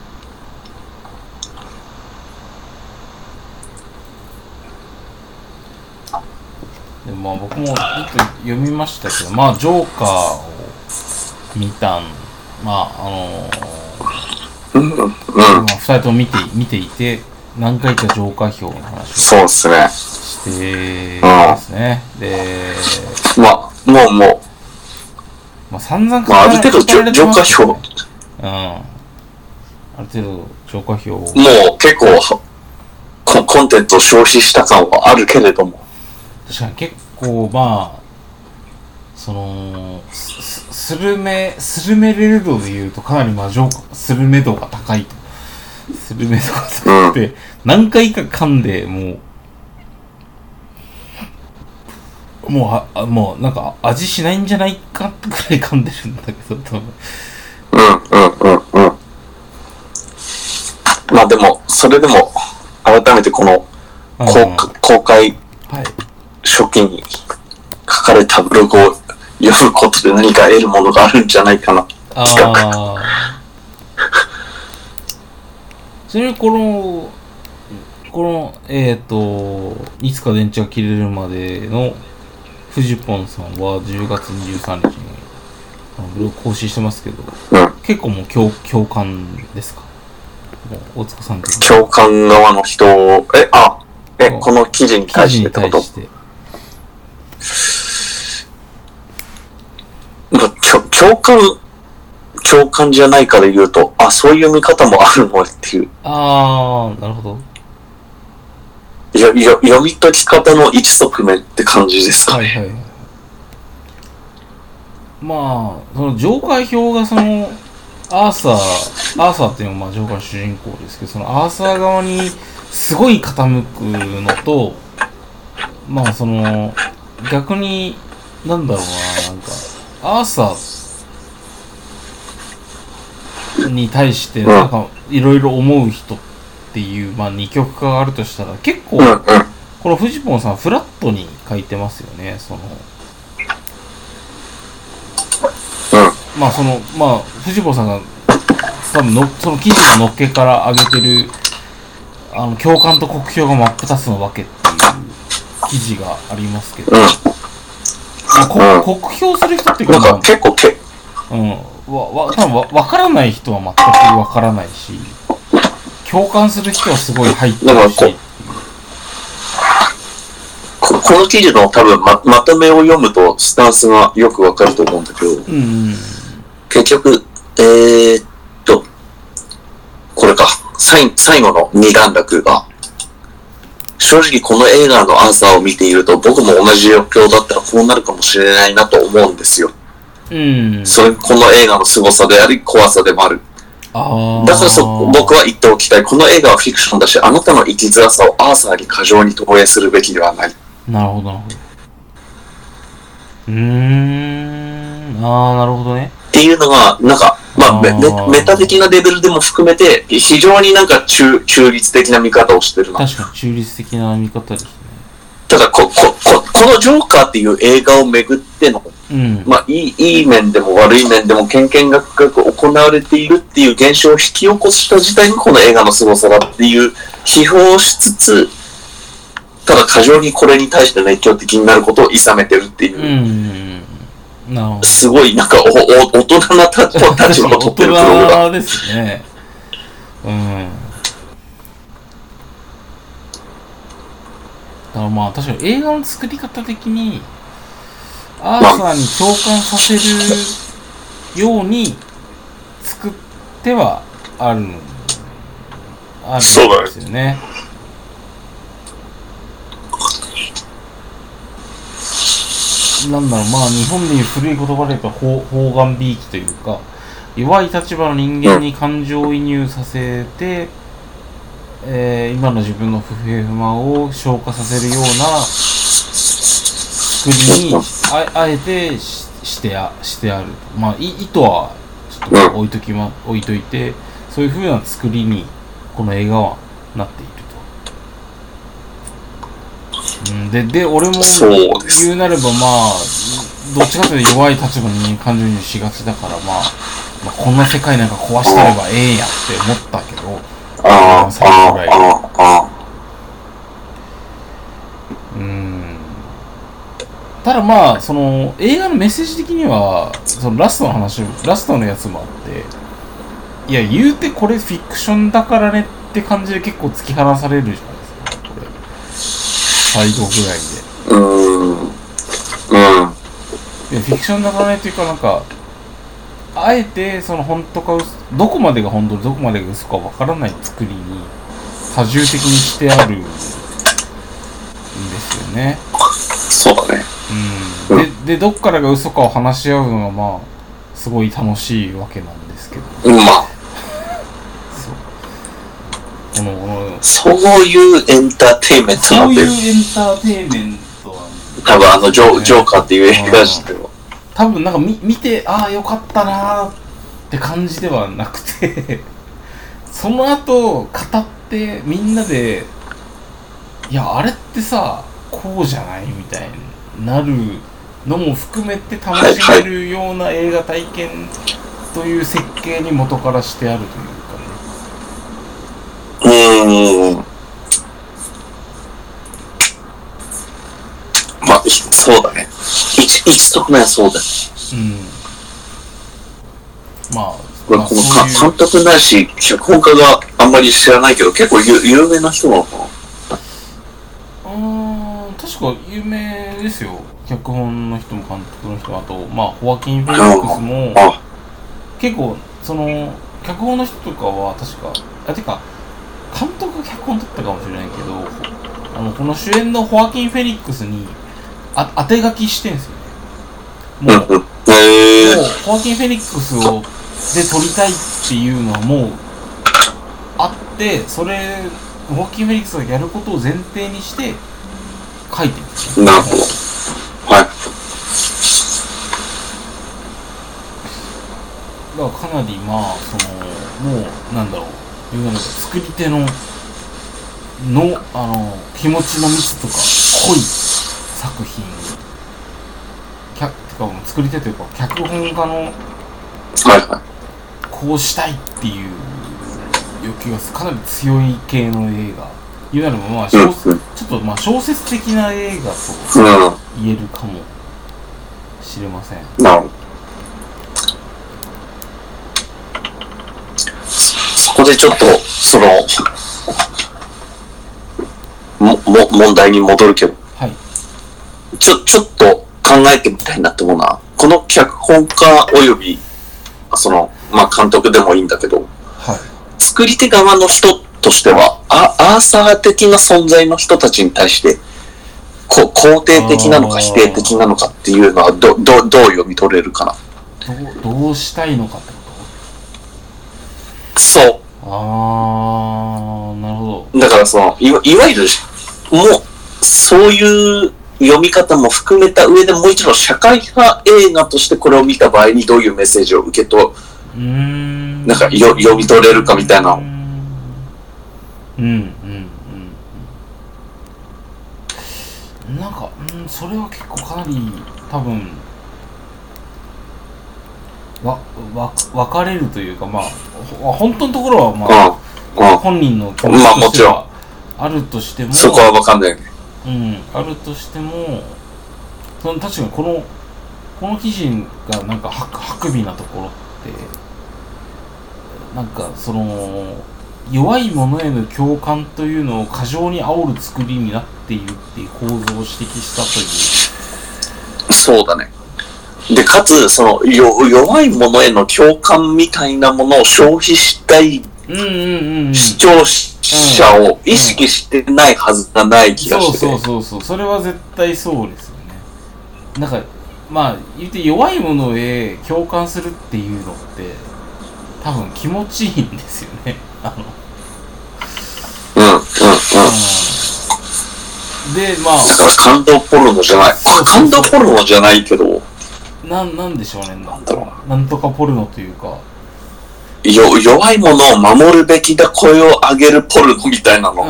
でもまあ僕もちょっと読みましたけど、まあジョーカーを見たまあ2人とも見ていて、何回かジョーカー票の話をしてですね。で、 もう散々 ある程度ジョーカー票、 ある程度ジョーカー票もう結構コンテンツを消費した感はあるけれども、 確かに結構スルメレルドで言うとかなりスルメ度が高いと。スルメ度が高くて、何回か噛んでももうなんか味しないんじゃないかってくらい噛んでるんだけど、多分。 まあでも、それでも、改めてこの公開初期に書かれたブログを読むことで何か得るものがあるんじゃないかな。企画。 ちなみにこのいつか電池が切れるまでのフジポンさんは10月23日にブログ更新してますけど、結構もう共感ですか？もう大塚さん的に共感側の人をこの記事に対してってこと？共感じゃないから言うと、そういう見方もあるのっていう。 なるほど。 読み解き方の一側面って感じですかね。 まあ、そのジョーカー表がその、アーサーっていうのはジョーカーの主人公ですけど、そのアーサー側にすごい傾くのと、まあその、逆に、なんだろうな、なんか、アーサーに対してなんかいろいろ思う人っていう、まあ二極化があるとしたら、結構、このフジポンさんフラットに書いてますよね、その。まあフジポンさんが多分その記事ののっけから上げてる共感と酷評が真っ二つのわけっていう記事がありますけど、酷評する人っていうか、 なんか結構多分わからない人は全くわからないし、共感する人はすごい入ってるし。 この記事の多分 まとめを読むとスタンスがよくわかると思うんだけど、結局、これか、最後の二段落が、正直この映画のアンサーを見ていると、僕も同じ状況だったらこうなるかもしれないなと思うんですよ。この映画の凄さであり、怖さでもある。だから僕は言っておきたい。この映画はフィクションだし、あなたの生きづらさをアーサーに過剰に投影するべきではない。 なるほど、なるほど。なるほどね。 っていうのが、なんか、メタ的なレベルでも含めて、非常になんか中立的な見方をしてるな。 確かに中立的な見方ですね。 ただこのジョーカーっていう映画をめぐっての、いい面でも悪い面でもけんけんがくがく行われているっていう現象を引き起こした自体にこの映画の凄さだっていう批評をしつつ、ただ過剰にこれに対して熱狂的になることを諌めてるっていう。すごいなんか大人な立場を取ってるプログラムですね。だからまあ確かに映画の作り方的にアーサーに共感させるように作ってはあるんですよね。なんだろう、まあ日本でいう古い言葉で言うと方眼びいきというか、弱い立場の人間に感情移入させて、今の自分の不平不満を消化させるような作りに あえてしてあると。まあ意図はちょっと置いといて、そういう風な作りにこの映画はなっていると。で俺も言うなれば、まあどっちかというと弱い立場に感情移入しがちだから、まあこんな世界なんか壊してればええんやって思ったけど、最初ぐらいただまあその映画のメッセージ的にはそのラストのやつもあって、いや言うてこれフィクションだからねって感じで結構突き放されるじゃないですか、これ最後ぐらいで。フィクションだからねっていうか、なんかあえてその本当かどこまでが本当でどこまでが嘘かわからない作りに多重的にしてあるんですよね。 そうだね。 でどっからが嘘かを話し合うのがまあすごい楽しいわけなんですけど。そういうエンターテインメントなんで。そういうエンターテインメントなんで。 多分ジョーカーっていう映画知ってるわ。 多分なんか見て、ああよかったなーって感じではなくてその後語ってみんなで、いやあれってさこうじゃないみたいになるのも含めて楽しめるような映画体験という設計に元からしてあるというかね。 まあ、そうだね。一側面はそうだね。 まあ、 この監督ないし、脚本家があんまり知らないけど、結構有名な人なのかな？ 確か有名ですよ。脚本の人も監督の人も、あと、まあ、ホアキン・フェニックスも、結構、脚本の人とかは確か、てか、監督が脚本だったかもしれないけど、この主演のホアキン・フェニックスに当て書きしてんすよね。もうホアキン・フェニックスで撮りたいっていうのはもうあって、それホアキン・フェニックスがやることを前提にして書いてるんですよ。 なるほど。はい。 だからかなりまあもうなんだろう、作り手の気持ちの密とか濃い作品てか作り手というか脚本家のこうしたいっていう欲求がかなり強い系の映画、いわゆるまあちょっとまあ小説的な映画と言えるかもしれません。 なるほど。そこでちょっと問題に戻るけど、 はい、 ちょっと考えてみたいなって思うのは、この脚本家およびまあ監督でもいいんだけど、 はい、 作り手側の人としてはアーサー的な存在の人たちに対して肯定的なのか否定的なのかっていうのはどう読み取れるかな。 どうしたいのかってこと？ そう。 なるほど。 だからいわゆるもうそういう読み方も含めた上でもう一度社会派映画としてこれを見た場合にどういうメッセージを受け取なんか読み取れるかみたいな。 なんかそれは結構かなり多分分かれるというか、まあ本当のところはまあ、本人の気持ちとしてはあるとしても、 そこは分かんないよね。 あるとしても、確かにこの記事がなんか薄微なところって、なんか弱いものへの共感というのを過剰に煽る作りになっているっていう構造を指摘したという。 そうだね。で、かつ、弱いものへの共感みたいなものを消費したい視聴者を意識してないはずがない気がしてて。 そう。それは絶対そうですよね。なんか、まあ、言って弱いものへ共感するっていうのって、多分気持ちいいんですよね。で、まあ。 だから感動ポルノじゃない。感動ポルノじゃないけど。 なんでしょうね。なんだろう。なんとかポルノというか。 弱いものを守るべきだ、声を上げるポルノみたいなの。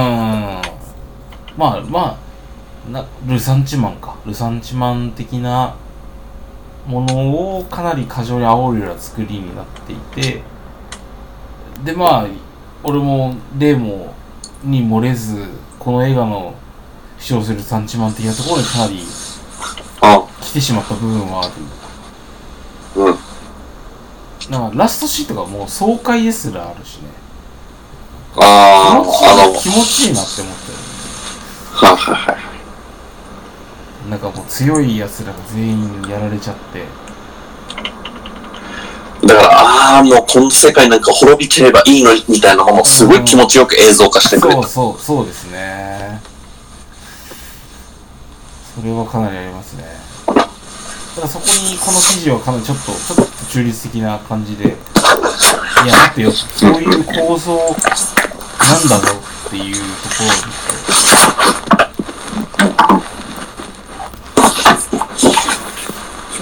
まあ、ルサンチマン的なものをかなり過剰に煽るような作りになっていて、で、まあ、俺も例に漏れず、この映画の主張するルサンチマン的なところにかなり来てしまった部分はある。なんかラストシーンとかもう爽快ですらあるしね。気持ちいいなって思ったよね。なんかもう強い奴らが全員やられちゃって。 だからもうこの世界なんか滅びきればいいのみたいなものをすごい気持ちよく映像化してくれた。 そうですね。それはかなりありますね。ただそこにこの記事はかなりちょっと中立的な感じで、いや待ってよ、そういう構造なんだぞっていうところを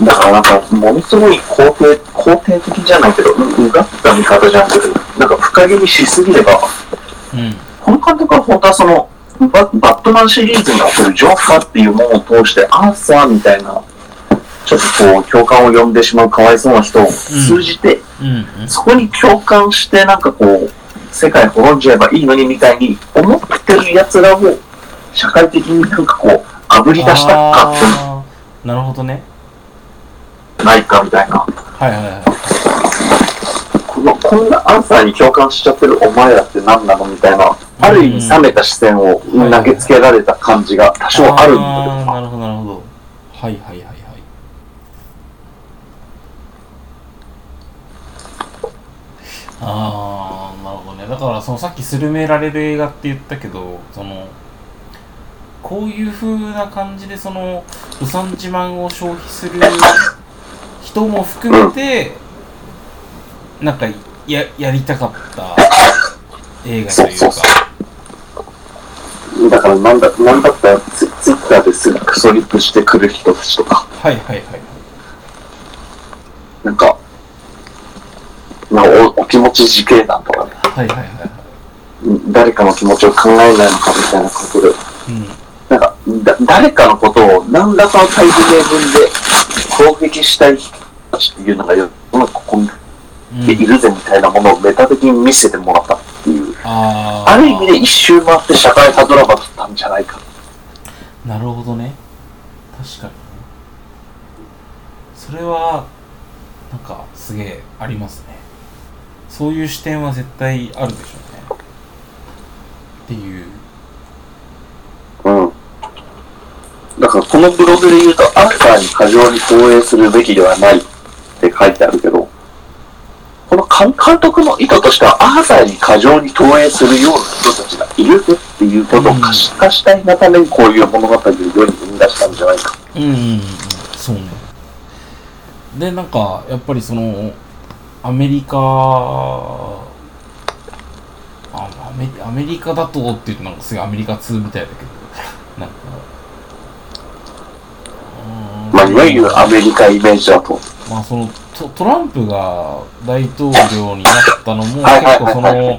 だからなんか、ものすごい肯定的じゃないけど、うがった見方じゃなくて、なんか深切りしすぎれば、この監督は本当はその、バットマンシリーズにおけるジョーカーっていうものを通して、アーサーみたいな、ちょっとこう、共感を呼んでしまうかわいそうな人を通じて、そこに共感して、なんかこう、世界滅んじゃえばいいのにみたいに思ってる奴らを、社会的になんかこう、炙り出したかって。 なるほどね。 ないかみたいな。 はいはいはい。 こんなアンサーに共感しちゃってるお前らって何なのみたいな、ある意味冷めた視線を投げつけられた感じが多少あるんだけど。 なるほどなるほど。はいはいはいはい。なるほどね。だからそのさっきスルメられる映画って言ったけど、そのこういう風な感じでその予算自慢を消費する人も含めて、なんかやりたかった映画というか。 だからなんだったらツイッターですぐクソリップしてくる人たちとか。 はいはいはい。 なんか、お気持ち自警団とかね。 はいはいはい。 誰かの気持ちを考えないのかみたいなことで。なんか誰かのことを何らかの大義名分で攻撃したい人たちっていうのが世の中ここにいるぜみたいなものをメタ的に見せてもらったっていう、ある意味で一周回って社会派ドラマだったんじゃないか。 なるほどね。確かに。それはなんかすげえありますね。そういう視点は絶対あるでしょうね。っていう。 だからこのブログで言うと、アーサーに過剰に投影するべきではないって書いてあるけど、この監督の意図としては、アーサーに過剰に投影するような人たちがいるぜっていうことを可視化したいがためにこういう物語を世に生み出したんじゃないか。 そうね。で、なんか、やっぱりその、アメリカだとって言うとなんかすごいアメリカ2みたいだけど、なんか、 いわゆるアメリカイメージだと。 そのトランプが大統領になったのも結構その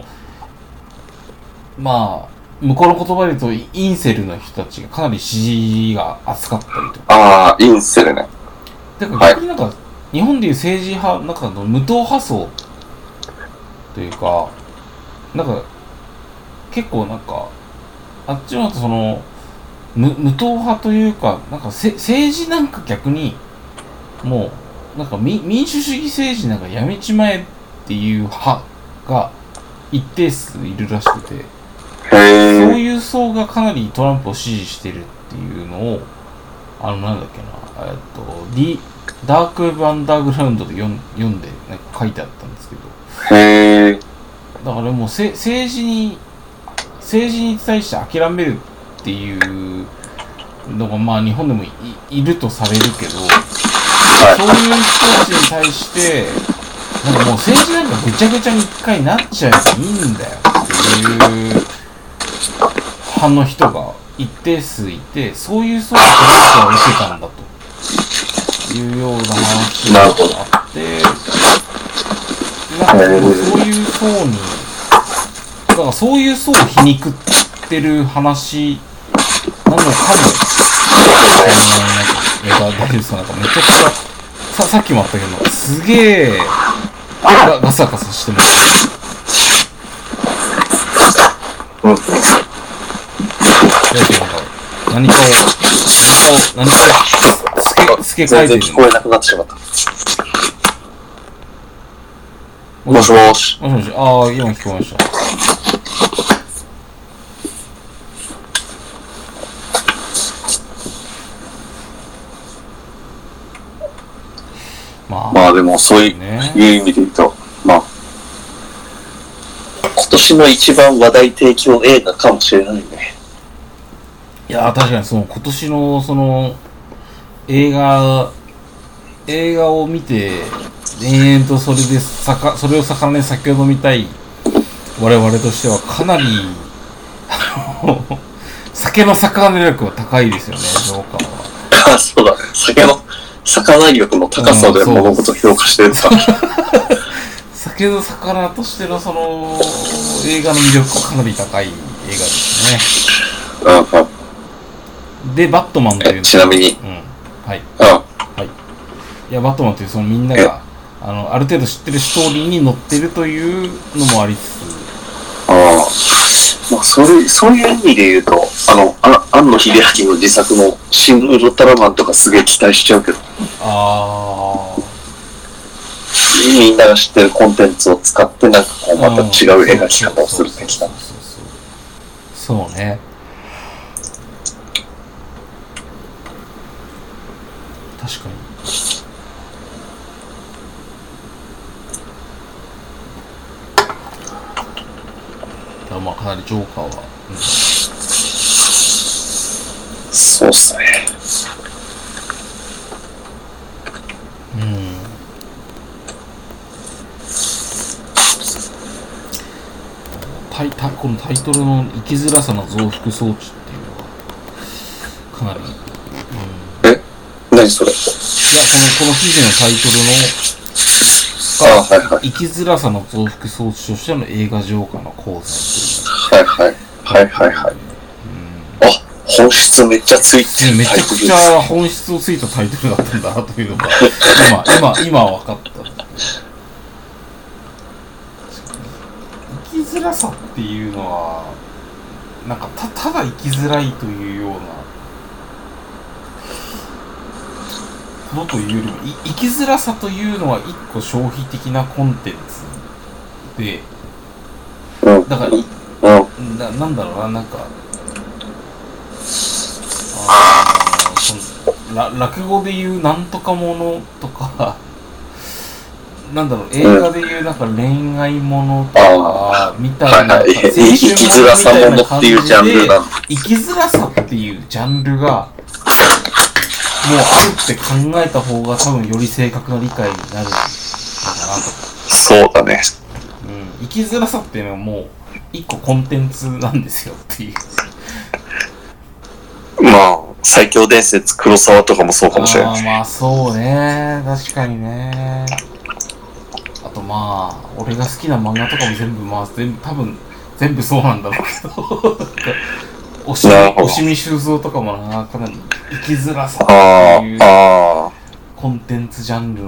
向こうの言葉で言うとインセルの人たちがかなり支持が厚かったりとか。 インセルね。 だから逆になんか、日本でいう政治派なんかの無党派層というか、なんか結構なんかあっちのとその無党派というか、なんか政治なんか逆にもうなんか民主主義政治なんかやめちまえっていう派が一定数いるらしくて、そういう層がかなりトランプを支持してるっていうのをなんだっけな、ダークウェブアンダーグラウンドで読んでなんか書いてあったんですけど、だからもう政治に対して諦めるっていうのが日本でも いるとされるけど、そういう人たちに対してなんかもう政治なんかぐちゃぐちゃに一回なっちゃえばいいんだよっていう派の人が一定数いて、そういう層がトランプを受けたんだというような話があって、なんかもうそういう層にだからそういう層を皮肉ってる話なのかも。大丈夫ですか？なんかめちゃくちゃさっきもあったけどすげえガサガサしてます。何かを付け替えてる。 全然聞こえなくなってしまった。もしもし。 今聞こえました。 でもそういう意味で言うと、今年の一番話題提供映画かもしれないね。 いや確かにその今年のその映画を見て延々とそれを魚に酒を飲みたい我々としてはかなり酒の魚力は高いですよね、ジョーカーは。 そうだね。 魚力の高さで物事を評価してるから。 酒の魚としてのその映画の魅力はかなり高い映画ですね。で、バットマンというちなみに、 はい。いや、バットマンというそのみんながある程度知ってるストーリーに載ってるというのもありつつ、まあそういう意味で言うと、庵野秀明の自作のシン・ウルトラマンとかすげえ期待しちゃうけど。みんなが知ってるコンテンツを使ってなんかこうまた違う描き方をする的な。 そうね。確かに。まあかなりジョーカーは、 そうっすね。 このタイトルの生きづらさの増幅装置っていうのがかなり、 何それ？いや、 この記事のタイトルの生きづらさの増幅装置としての映画浄化の講座はい。本質めっちゃついてる。 めちゃくちゃ本質をついたタイトルだったんだなというのが今分かった。生きづらさっていうのはなんかただ生きづらいというようなことというよりも生きづらさというのは一個消費的なコンテンツで、だからなんだろうな、なんか落語でいうなんとかものとかなんだろう、映画でいうなんか恋愛ものとかみたいな、 生きづらさものっていうジャンルだ。 生きづらさっていうジャンルがもうあるって考えた方が多分より正確な理解になるのかなと。 そうだね。 生きづらさっていうのはもう一個コンテンツなんですよっていう。 まあ最強伝説黒沢とかもそうかもしれない。 まあそうね、確かにね。あとまあ俺が好きな漫画とかも全部多分全部そうなんだろうけど押見修造とかもな、かなり生きづらさっていうコンテンツジャンルの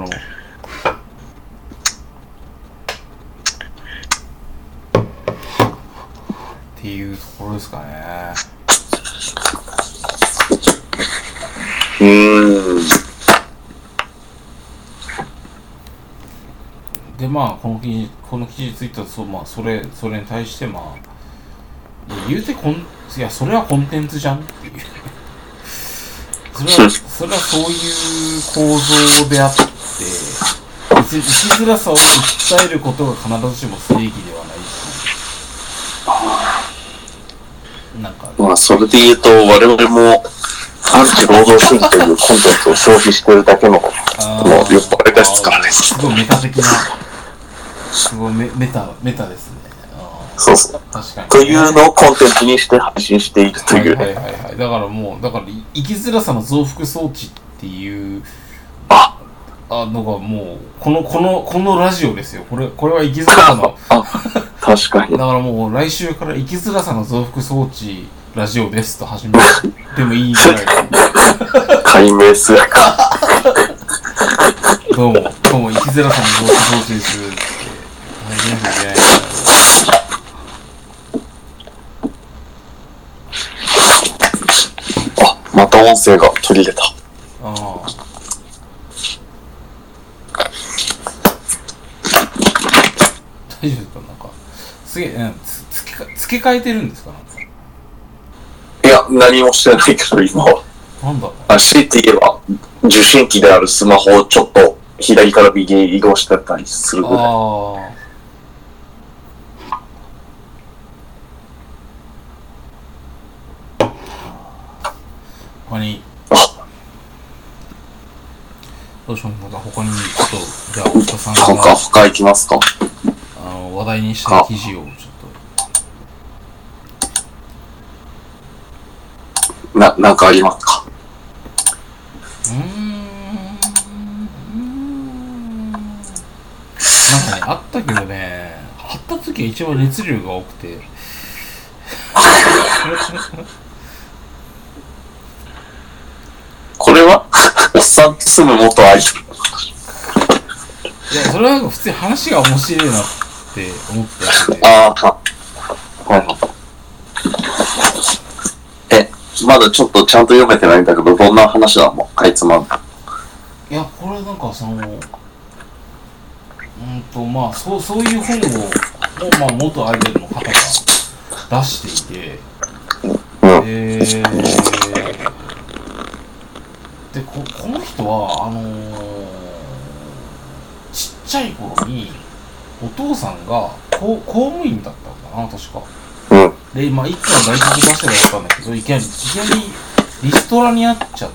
っていうところですかね。でまあこの記事についてはそれに対して言うてそれはコンテンツじゃんっていうそれはそういう構造であって別に生きづらさを訴えることが必ずしも正義ではないし、なんかまあそれで言うと我々もアンチ労働主義というコンテンツを消費してるだけのもうよっぱれですからね。 すごいメタ的な、すごいメタですね。 そう確かに、 というのをコンテンツにして配信しているという、 だから生きづらさの増幅装置っていうのがもうこのラジオですよ。これは生きづらさの確かに。 だからもう来週から生きづらさの増幅装置ラジオですと始めてもいいぐらい解明するかどうも生きづらさの増幅装置ですって始めなきゃいけない。 また音声が途切れた。 大丈夫ですか？なんかすげえ付け替えてるんですか？ いや、何もしてないけど今は。 なんだろう。強いて言えば受信機であるスマホをちょっと左から右に移動してたりするぐらい。 他にどうしよう。なんか他にちょっとじゃあ大田さんが他行きますか。 話題にしたい記事をちょっとなんかありますか。 かね、あったけどね、会った時は一番熱量が多くてこれはおっさんと住む元アイドル。 いや、それはなんか普通に話が面白いなって思ったやつで。 ああ、はいはい。まだちょっとちゃんと読めてないんだけど、どんな話だもん、かいつまん。 いや、これなんかまあ、そういう本を、まあ、元アイドルの方が出していて、で、この人は、ちっちゃい頃に、お父さんが公務員だったのかな、確か。で、まあ、一家の大黒柱だったんだけど、いきなりリストラにあっちゃって、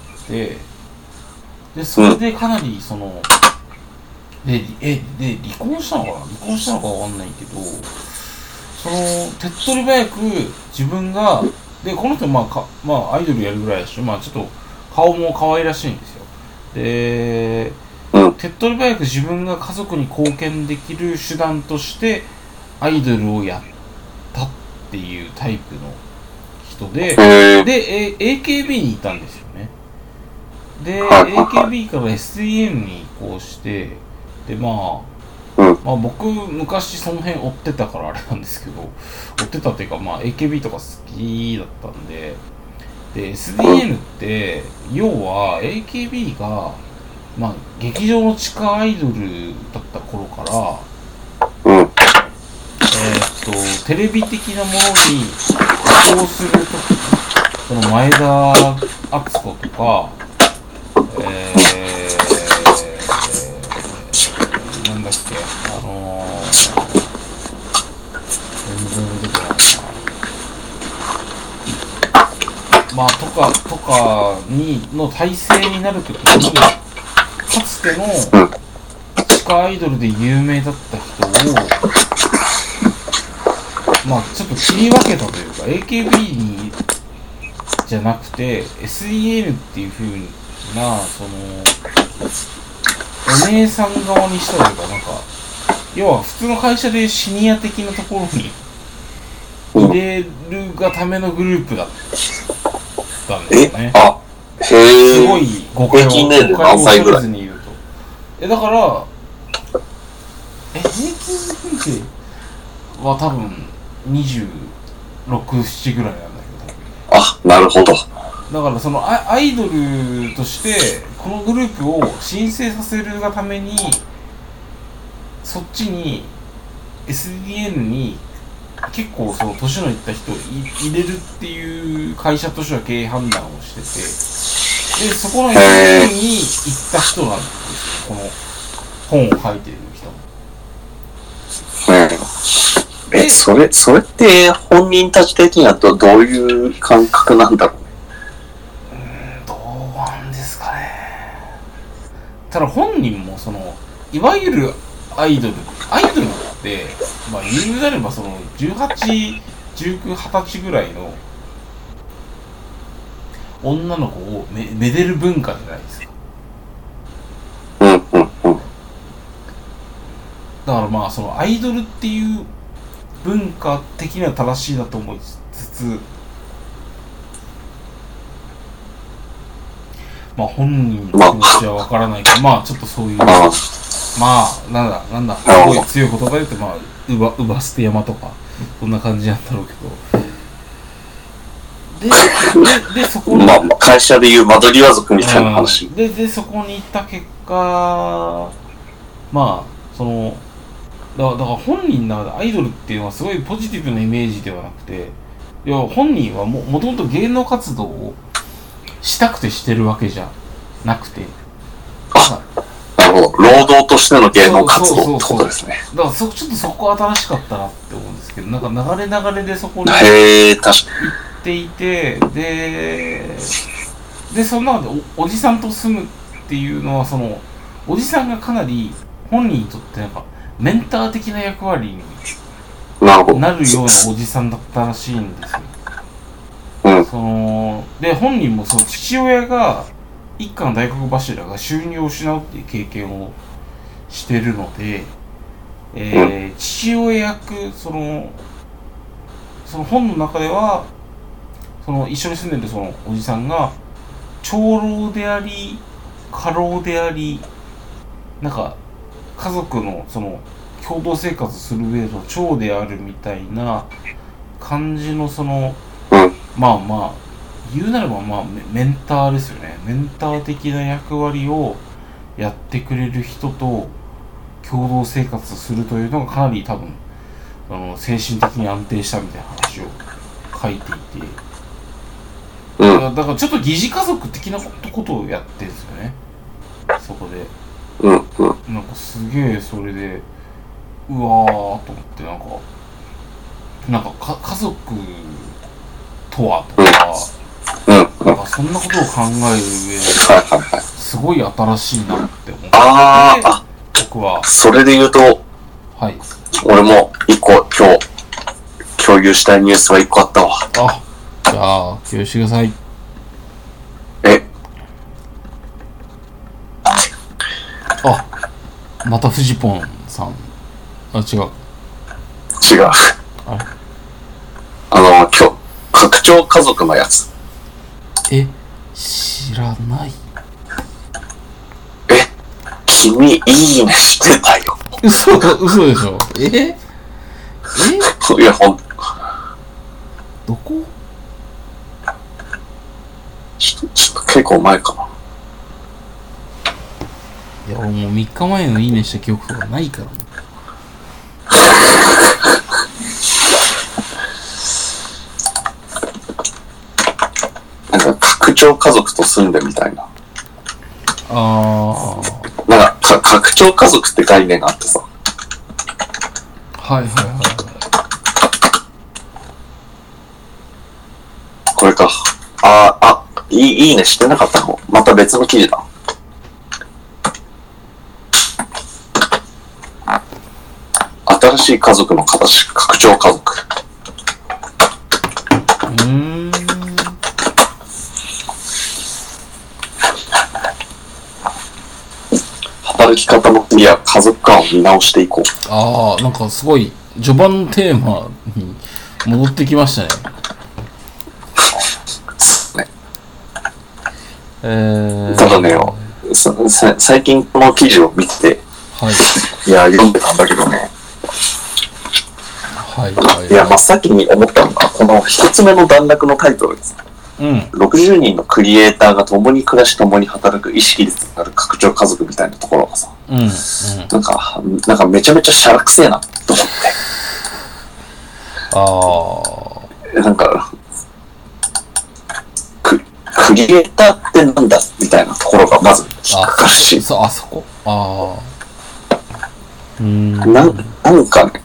で、それでかなり、離婚したのかな、離婚したのかわかんないけど、手っ取り早く自分が、で、この人、まあ、アイドルやるぐらいだし、まあ、ちょっと、顔も可愛らしいんですよ。で、手っ取り早く自分が家族に貢献できる手段として、アイドルをやったっていうタイプの人で、AKB にいたんですよね。で、AKB から SDN に移行して、で、まあ僕、昔その辺追ってたからあれなんですけど、追ってたっていうか、まあ AKB とか好きだったんで、で、SDN って、要は AKB が、まあ、劇場の地下アイドルだった頃から、テレビ的なものに移行するとき、その前田敦子とか、なんだっけ、全然出てこないな。まあ、とかの体制になるときに、かつての地下アイドルで有名だった人を、まあ、ちょっと切り分けたというか、AKB にじゃなくて、SEN っていう風な、お姉さん側にしたというか、なんか、要は普通の会社でシニア的なところに入れるがためのグループだったんですよね。すごい誤解を恐れずに言うと。だから、平均年齢は多分26、7ぐらいなんだけど。 なるほど。 だからアイドルとしてこのグループを申請させるがためにそっちに SDN に結構年のいった人を入れるっていう会社としては経営判断をしてて、でそこの SDN に行った人なんですよ、この本を書いてる人も。 それって本人たち的にはどういう感覚なんだろうね。 どうなんですかね。ただ本人もいわゆるアイドルって、まあ言うなれば18、19、20歳ぐらいの女の子をめでる文化じゃないですか。だからまあアイドルっていう文化的には正しいなと思いつつ、まあ本人の気持ちはわからないから、まあちょっとそういう、まあなんだすごい強い言葉で言って、まあうば捨て山とかこんな感じなんだろうけど、でそこに、 会社でいう間取り家族みたいな話。 でそこに行った結果、まあだから本人の中でアイドルっていうのはすごいポジティブなイメージではなくて、本人はもともと芸能活動をしたくてしてるわけじゃなくて、 なるほど、労働としての芸能活動ってことですね。 だからちょっとそこは新しかったなって思うんですけど、なんか流れでそこに行っていて、でその中で おじさんと住むっていうのはおじさんがかなり本人にとってなんかメンター的な役割になるようなおじさんだったらしいんですよ。で本人も父親が一家の大黒柱が収入を失うっていう経験をしてるので、 父親役、その本の中では、一緒に住んでるそのおじさんが、長老であり、家老であり、なんか、家族の共同生活する上の長であるみたいな感じのまあまあ、言うなればまあメンターですよね。メンター的な役割をやってくれる人と共同生活するというのがかなり多分、精神的に安定したみたいな話を書いていて、だからちょっと疑似家族的なことをやってるんですよね。そこで。なんかすげえそれで、うわーと思って、なんか家族とはとか、なんかそんなことを考える上ですごい新しいなって思って、僕は。 それで言うと、 はい。 俺も一個今日共有したいニュースは一個あったわ。 じゃあ、共有してください。またフジポンさん。違う。 今日、拡張家族のやつ。 知らない。 君、いいねしてたよ。 嘘でしょ。 いや、 どこ？ ちょっと結構前かな。 いや、俺もう3日前のいいねした記憶とかないからね。 なんか拡張家族と住んでみたいな。なんか拡張家族って概念があってさ。これか。いいねしてなかったの？また別の記事だ。新しい家族の形、拡張家族。働き方の次は家族観を見直していこう。 なんかすごい序盤のテーマに戻ってきましたね。ただね、最近この記事を見て、いや読んでたんだけどね。いや、真っ先に思ったのがこの一つ目の段落のタイトルです。60人のクリエイターが共に暮らし共に働く意識率になる拡張家族みたいなところがさ、なんかめちゃめちゃシャラくせえなと思って。なんかクリエイターってなんだみたいなところがまず引っかかるし、 そこ。 なんかね、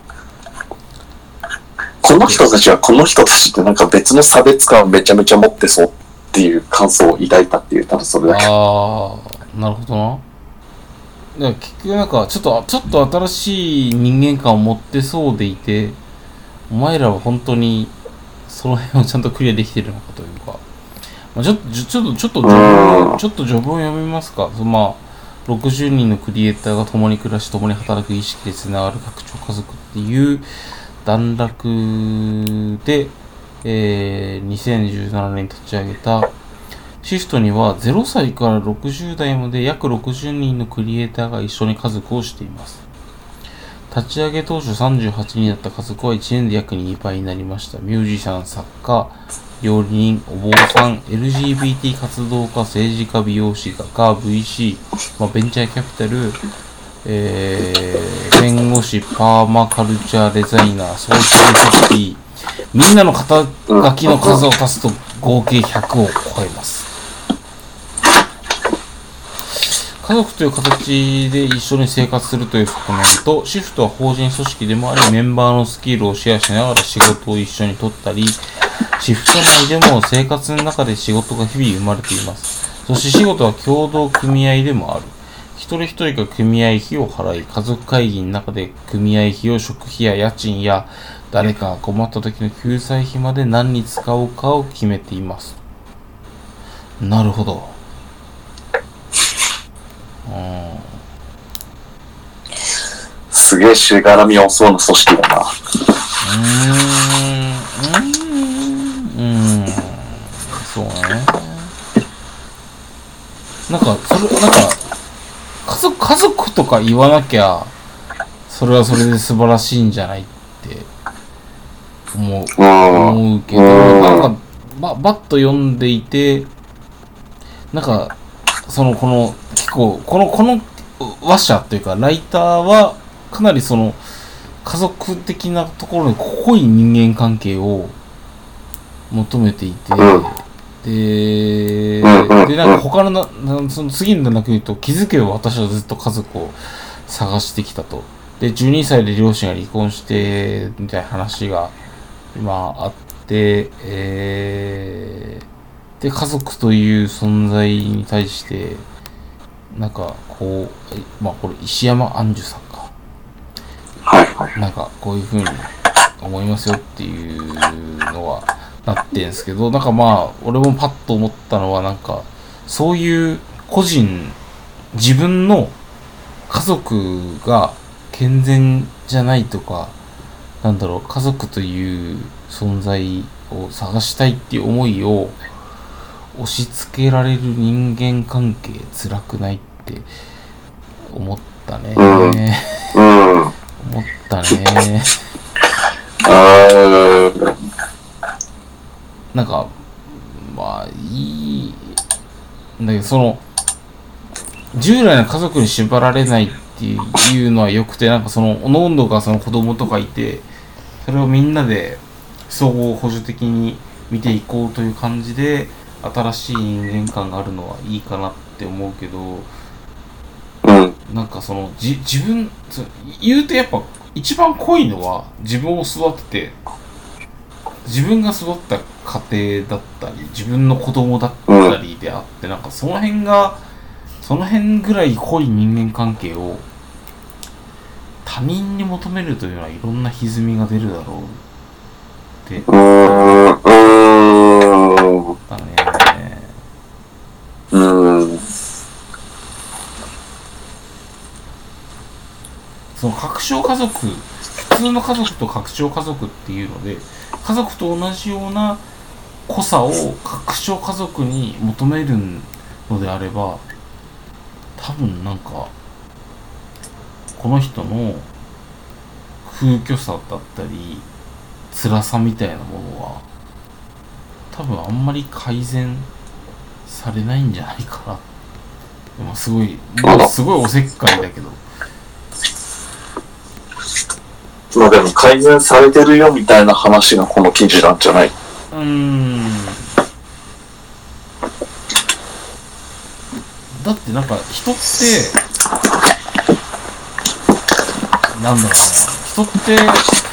この人たちはこの人たちってなんか別の差別感をめちゃめちゃ持ってそうっていう感想を抱いたっていう、ただそれだけ。 なるほどな。だから結局なんかちょっと新しい人間観を持ってそうでいて、お前らは本当にその辺をちゃんとクリアできてるのかというか、ちょっと序文を読みますか。60人のクリエイターが共に暮らし共に働く意識でつながる拡張家族っていう段落で、2017年に立ち上げたシフトには0歳から60代まで約60人のクリエイターが一緒に家族をしています。立ち上げ当初38人だった家族は1年で約2倍になりました。ミュージシャン、作家、料理人、お坊さん、LGBT 活動家、政治家、美容師、画家、VC、ベンチャーキャピタル、弁護士、パーマカルチャーデザイナー、ソーシャルセキュリティ、みんなの肩書きの数を足すと合計100を超えます。家族という形で一緒に生活するという側面と、シフトは法人組織でもあり、メンバーのスキルをシェアしながら仕事を一緒に取ったり、シフト内でも生活の中で仕事が日々生まれています。そして仕事は共同組合でもある。一人一人が組合費を払い、家族会議の中で組合費を食費や家賃や誰かが困った時の救済費まで何に使うかを決めています。なるほど。 すげえしがらみ多そうな組織だな。 そうね。なんか家族とか言わなきゃそれはそれで素晴らしいんじゃないって思うけど、なんかバッと読んでいて、なんかこの結構この話者というかライターはかなりその家族的なところに濃い人間関係を求めていて、でなんか他のその次の中言うと、気づけば私はずっと家族を探してきたと。で12歳で両親が離婚してみたいな話が今あって、で家族という存在に対してなんかこう、まあこれ石山杏樹さんか、なんかこういう風に思いますよっていうのはなってんすけど、なんかまあ俺もパッと思ったのは、なんかそういう自分の家族が健全じゃないとか、なんだろう、家族という存在を探したいっていう思いを押し付けられる人間関係辛くないって思ったね。思ったね。なんかまあいいんだけど、その従来の家族に縛られないっていうのは良くて、なんかその各々がその子供とかいて、それをみんなで相互補助的に見ていこうという感じで新しい人間観があるのはいいかなって思うけど、なんかその自分言うとやっぱ一番濃いのは自分を育てて、自分が育った家庭だったり自分の子供だったりであって、なんかその辺ぐらい濃い人間関係を他人に求めるというのはいろんな歪みが出るだろうって思ったね。その拡張家族、普通の家族と拡張家族っていうので、家族と同じような濃さを拡張家族に求めるのであれば、多分なんかこの人の空虚さだったり辛さみたいなものは多分あんまり改善されないんじゃないかな。でもすごいおせっかいだけど、 まあでも改善されてるよみたいな話がこの記事なんじゃない？ だってなんか人ってなんだろうな、人って例えば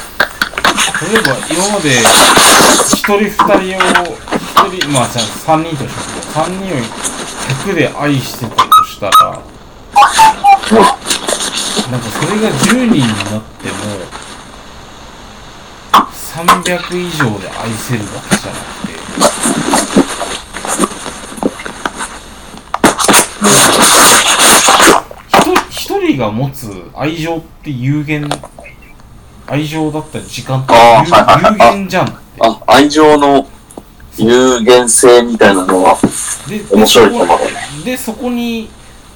今まで一人二人をまあじゃあ3人として3人を100で愛してたとしたら、なんかそれが10人になっても300以上で愛せるわけじゃなくて、一人が持つ愛情って愛情だったり時間って有限じゃんって。 愛情の有限性みたいなのは面白いと思う。 でそこに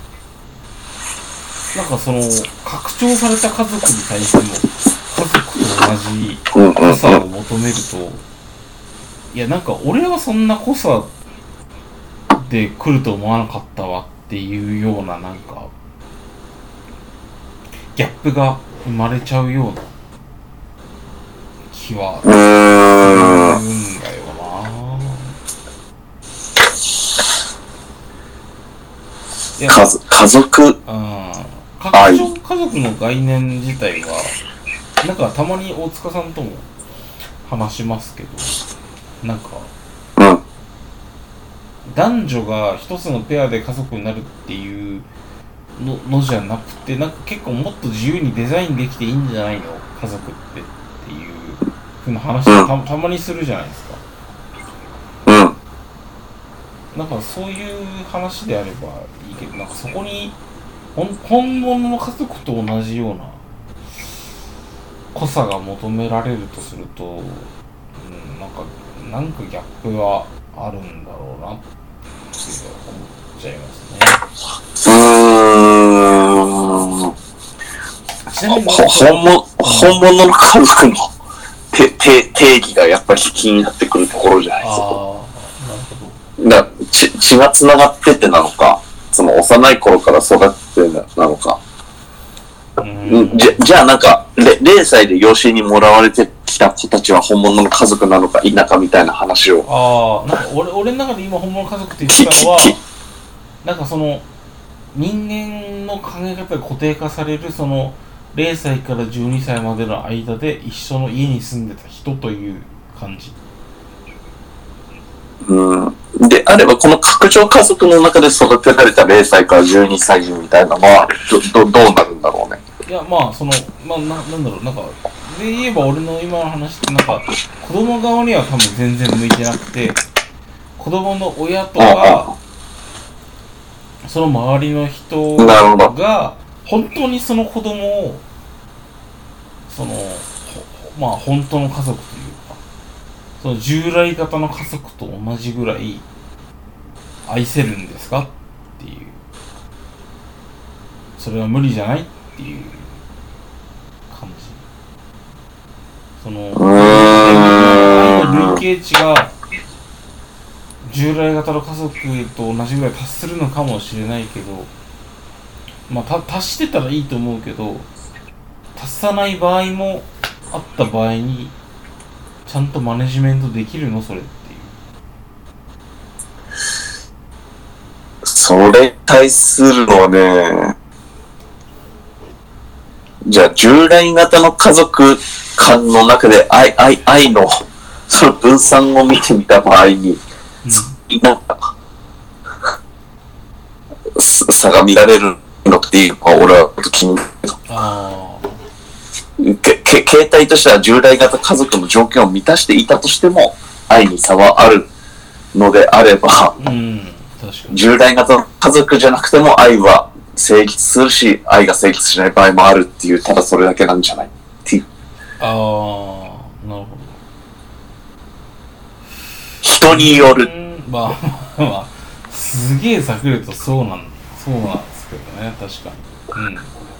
なんかその拡張された家族に対しても家族と同じ濃さを求めると、いやなんか俺はそんな濃さで来ると思わなかったわっていうような、なんかギャップが生まれちゃうような気はするんだよな。 家族家族の概念自体はなんかたまに大塚さんとも話しますけど、なんか男女が一つのペアで家族になるっていうのじゃなくて、なんか結構もっと自由にデザインできていいんじゃないの家族ってっていう風な話をたまにするじゃないですか。なんかそういう話であればいいけど、なんかそこに本物の家族と同じような濃さが求められるとすると、なんかギャップはあるんだろうなって思っちゃいますね。ちなみに本物の家族の定義がやっぱり気になってくるところじゃないですか。 なるほど。血が繋がっててなのか、その幼い頃から育ってなのか。じゃあなんか0歳で養子にもらわれてきた子たちは本物の家族なのか否かみたいな話を。 なんか俺の中で今本物の家族って言ってたのは、なんかその人間の考え方が固定化されるその0歳から12歳までの間で一緒の家に住んでた人という感じ。 であればこの拡張家族の中で育てられた0歳から12歳児みたいなのはどうなるんだろうね。 いやなんだろう、なんかで言えば俺の今の話ってなんか子供側には多分全然向いてなくて、子供の親とかその周りの人が本当にその子供を本当の家族というかその従来型の家族と同じぐらい愛せるんですかっていう、それは無理じゃないっていう感じ。その愛の累計値が従来型の家族と同じぐらい達するのかもしれないけど、達してたらいいと思うけど、達さない場合もあった場合にちゃんとマネジメントできるのそれっていう。 それに対するのはね、じゃあ従来型の家族間の中で愛のその分散を見てみた場合に、なんか差が見られるのっていうのは俺は気になる。形態としては従来型家族の条件を満たしていたとしても愛に差はあるのであれば、従来型の家族じゃなくても愛は成立するし愛が成立しない場合もあるっていう、ただそれだけなんじゃないっていう。 なるほど。 人による。 すげえざくるとそうなんですけどね、確かに。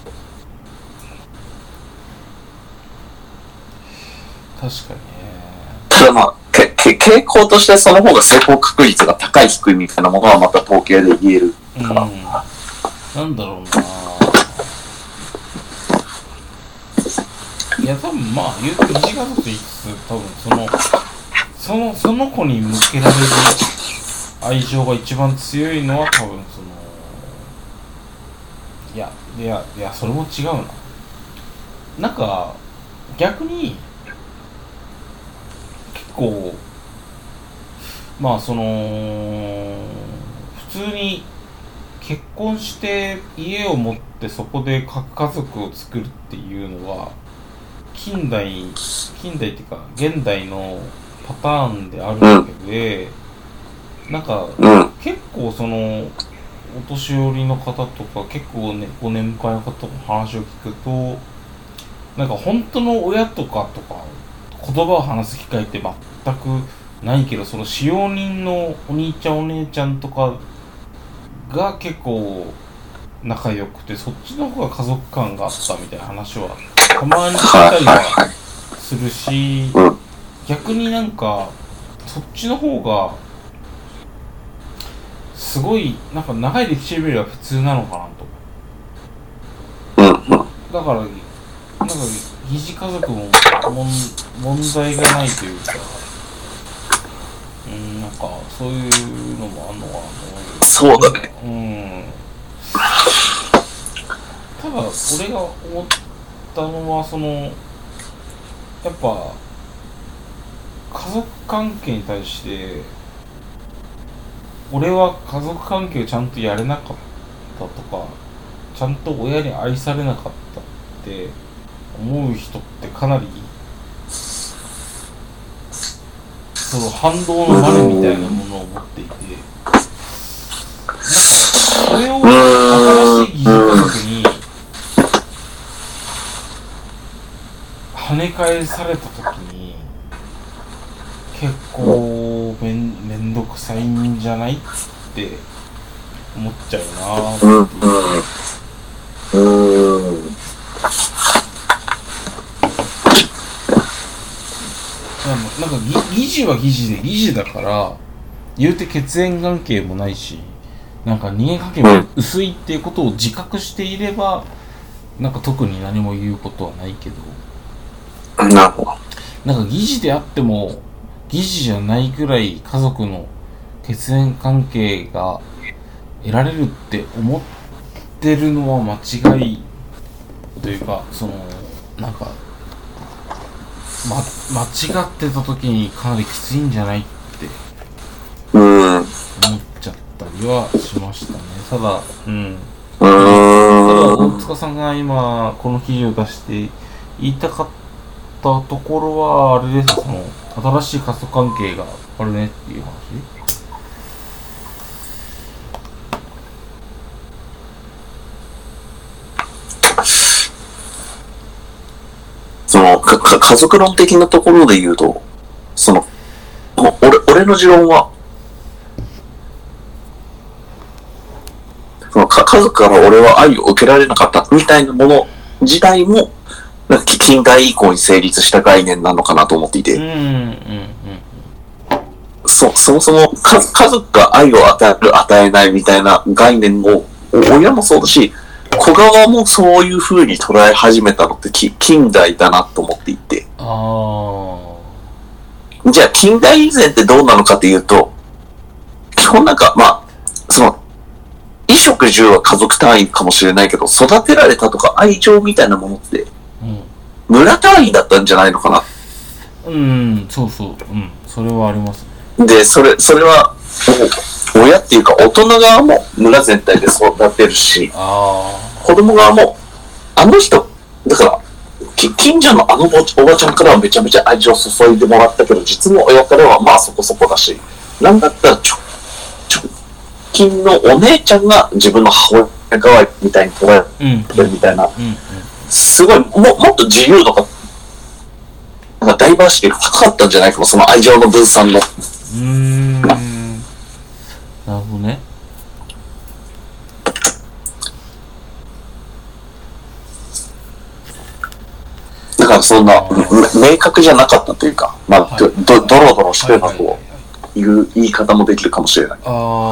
確かにね。 ただ傾向としてその方が成功確率が高い低いみたいなものはまた統計で言えるから。 なんだろうな。いや多分言って2家族と言いつつ多分その子に向けられる愛情が一番強いのは多分いやそれも違うな。なんか逆に結構普通に結婚して家を持ってそこで核家族を作るっていうのは近代っていうか現代のパターンであるわけで、なんか結構お年寄りの方とか結構ねご年配の方の話を聞くと、なんか本当の親とか言葉を話す機会って全くないけど、その使用人のお兄ちゃんお姉ちゃんとかが結構仲良くて、そっちの方が家族感があったみたいな話はたまに聞いたりはするし、逆になんかそっちの方がすごいなんか長い歴史レベルは普通なのかなと。だからなんか疑似家族も問題がないというか、なんかそういうのもあんのかなと思う。 そうだね。 ただ俺が思ったのはやっぱ家族関係に対して俺は家族関係をちゃんとやれなかったとか、ちゃんと親に愛されなかったって思う人ってかなり反動のバネみたいなものを持っていて、なんかそれを新しい疑似家族にはね返された時に結構めんどくさいんじゃないって思っちゃうなっていう。なんか疑似は疑似で疑似だから言うて血縁関係もないし、なんか人間関係も薄いっていうことを自覚していれば、なんか特に何も言うことはないけど、なんか疑似であっても疑似じゃないくらい家族の血縁関係が得られるって思ってるのは間違いというか、そのなんか間違ってた時にかなりきついんじゃないって思っちゃったりはしましたね。ただ、ただ大塚さんが今この記事を出して言いたかったところはあれです。その新しい家族関係があるねっていう話。 その家族論的なところで言うと、その俺の持論は、その家族から俺は愛を受けられなかったみたいなもの自体も近代以降に成立した概念なのかなと思っていて、そもそも家族が愛を与える与えないみたいな概念を親もそうだし子側もそういう風に捉え始めたのって近代だなと思っていて、じゃあ近代以前ってどうなのかっていうと、基本なんかその衣食住は家族単位かもしれないけど、育てられたとか愛情みたいなものって、村単位だったんじゃないのかな。 そうそう、それはありますね。 で、それは、親っていうか大人側も村全体で育てるし、子供側も、あの人、だから、近所のあのおばちゃんからはめちゃめちゃ愛情を注いでもらったけど、実の親からはまあそこそこだし、なんだったら近のお姉ちゃんが自分の母親代わりみたいに捉えてるみたいな、すごいもっと自由度がなんかダイバーシティが高かったんじゃないかな、その愛情の分散の。 なるほどね。 だからそんな明確じゃなかったというか、ドロドロしてたという言い方もできるかもしれない。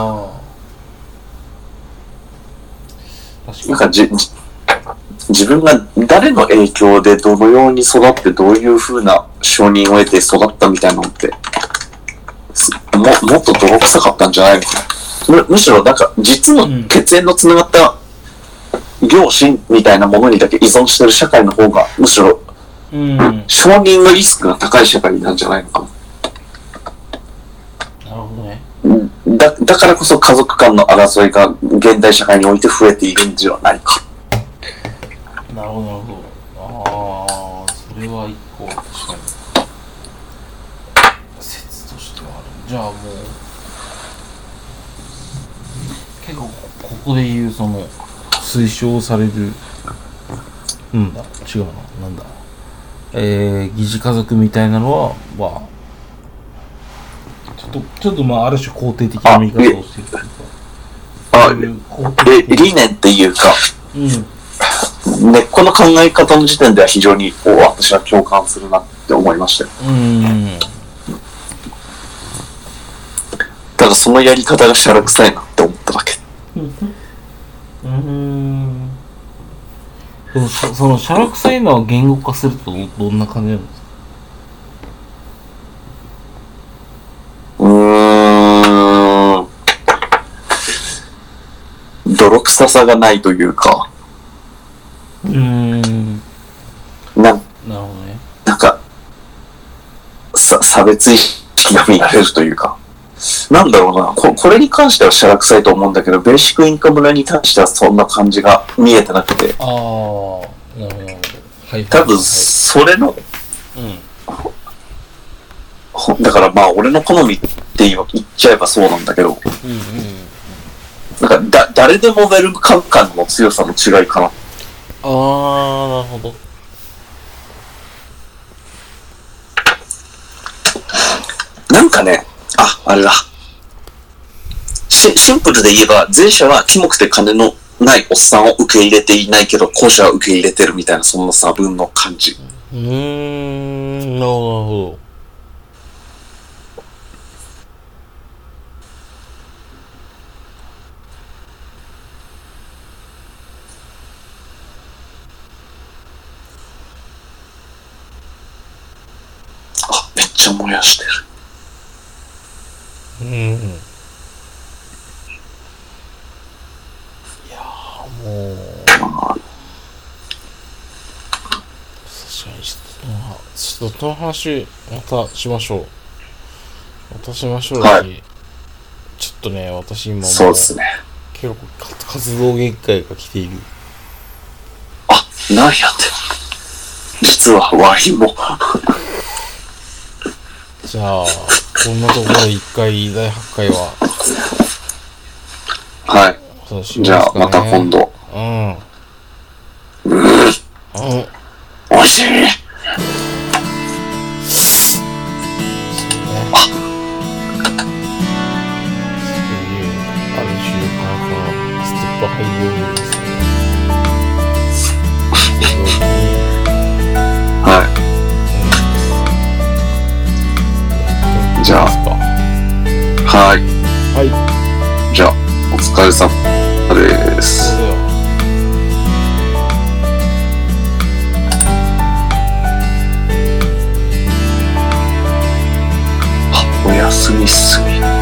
なんか自分が誰の影響でどのように育ってどういう風な承認を得て育ったみたいなのってもっと泥臭かったんじゃないのかな。むしろなんか実の血縁のつながった両親みたいなものにだけ依存してる社会の方がむしろ承認のリスクが高い社会なんじゃないのかな。 なるほどね。 だからこそ家族間の争いが現代社会において増えているんではないか。 なるほどなるほど。それは一個確かに説としてはある。じゃあもう結構ここで言うその推奨される違うな、なんだ疑似家族みたいなのはちょっとある種肯定的な見方をしてるというか、 理念っていうか、根っこの考え方の時点では非常に私は共感するなって思いましたよ。ただそのやり方がしゃらくさいなって思っただけ。 そのしゃらくさいのは言語化するとどんな感じなんですか？ 泥臭さがないというか。 なるほどね。 なんか差別意識が見られるというか、なんだろうな、これに関してはしゃらくさいと思うんだけど、ベーシックインカムラに関してはそんな感じが見えてなくて、 なるほど。 多分それの、だから俺の好みって言っちゃえばそうなんだけど、なんか誰でもウェルカム感の強さの違いかな。 なるほど。 なんかね、あれだ。シンプルで言えば、前者はキモくて金のないおっさんを受け入れていないけど、後者は受け入れてるみたいな、その差分の感じ。 なるほど、なるほど。 めっちゃ燃やしてる。 いやーもう確かにちょっとこの話またしましょう。 はい。 ちょっとね、私今もそうですね。 結構活動限界が来ている。 なんやって。実はワインも。 じゃあこんなところで一回第8回ははい。じゃあまた今度。おいしい。 ハイボールですね。 はい。じゃあ、はい。じゃあ、お疲れ様です。おやすみっすみ。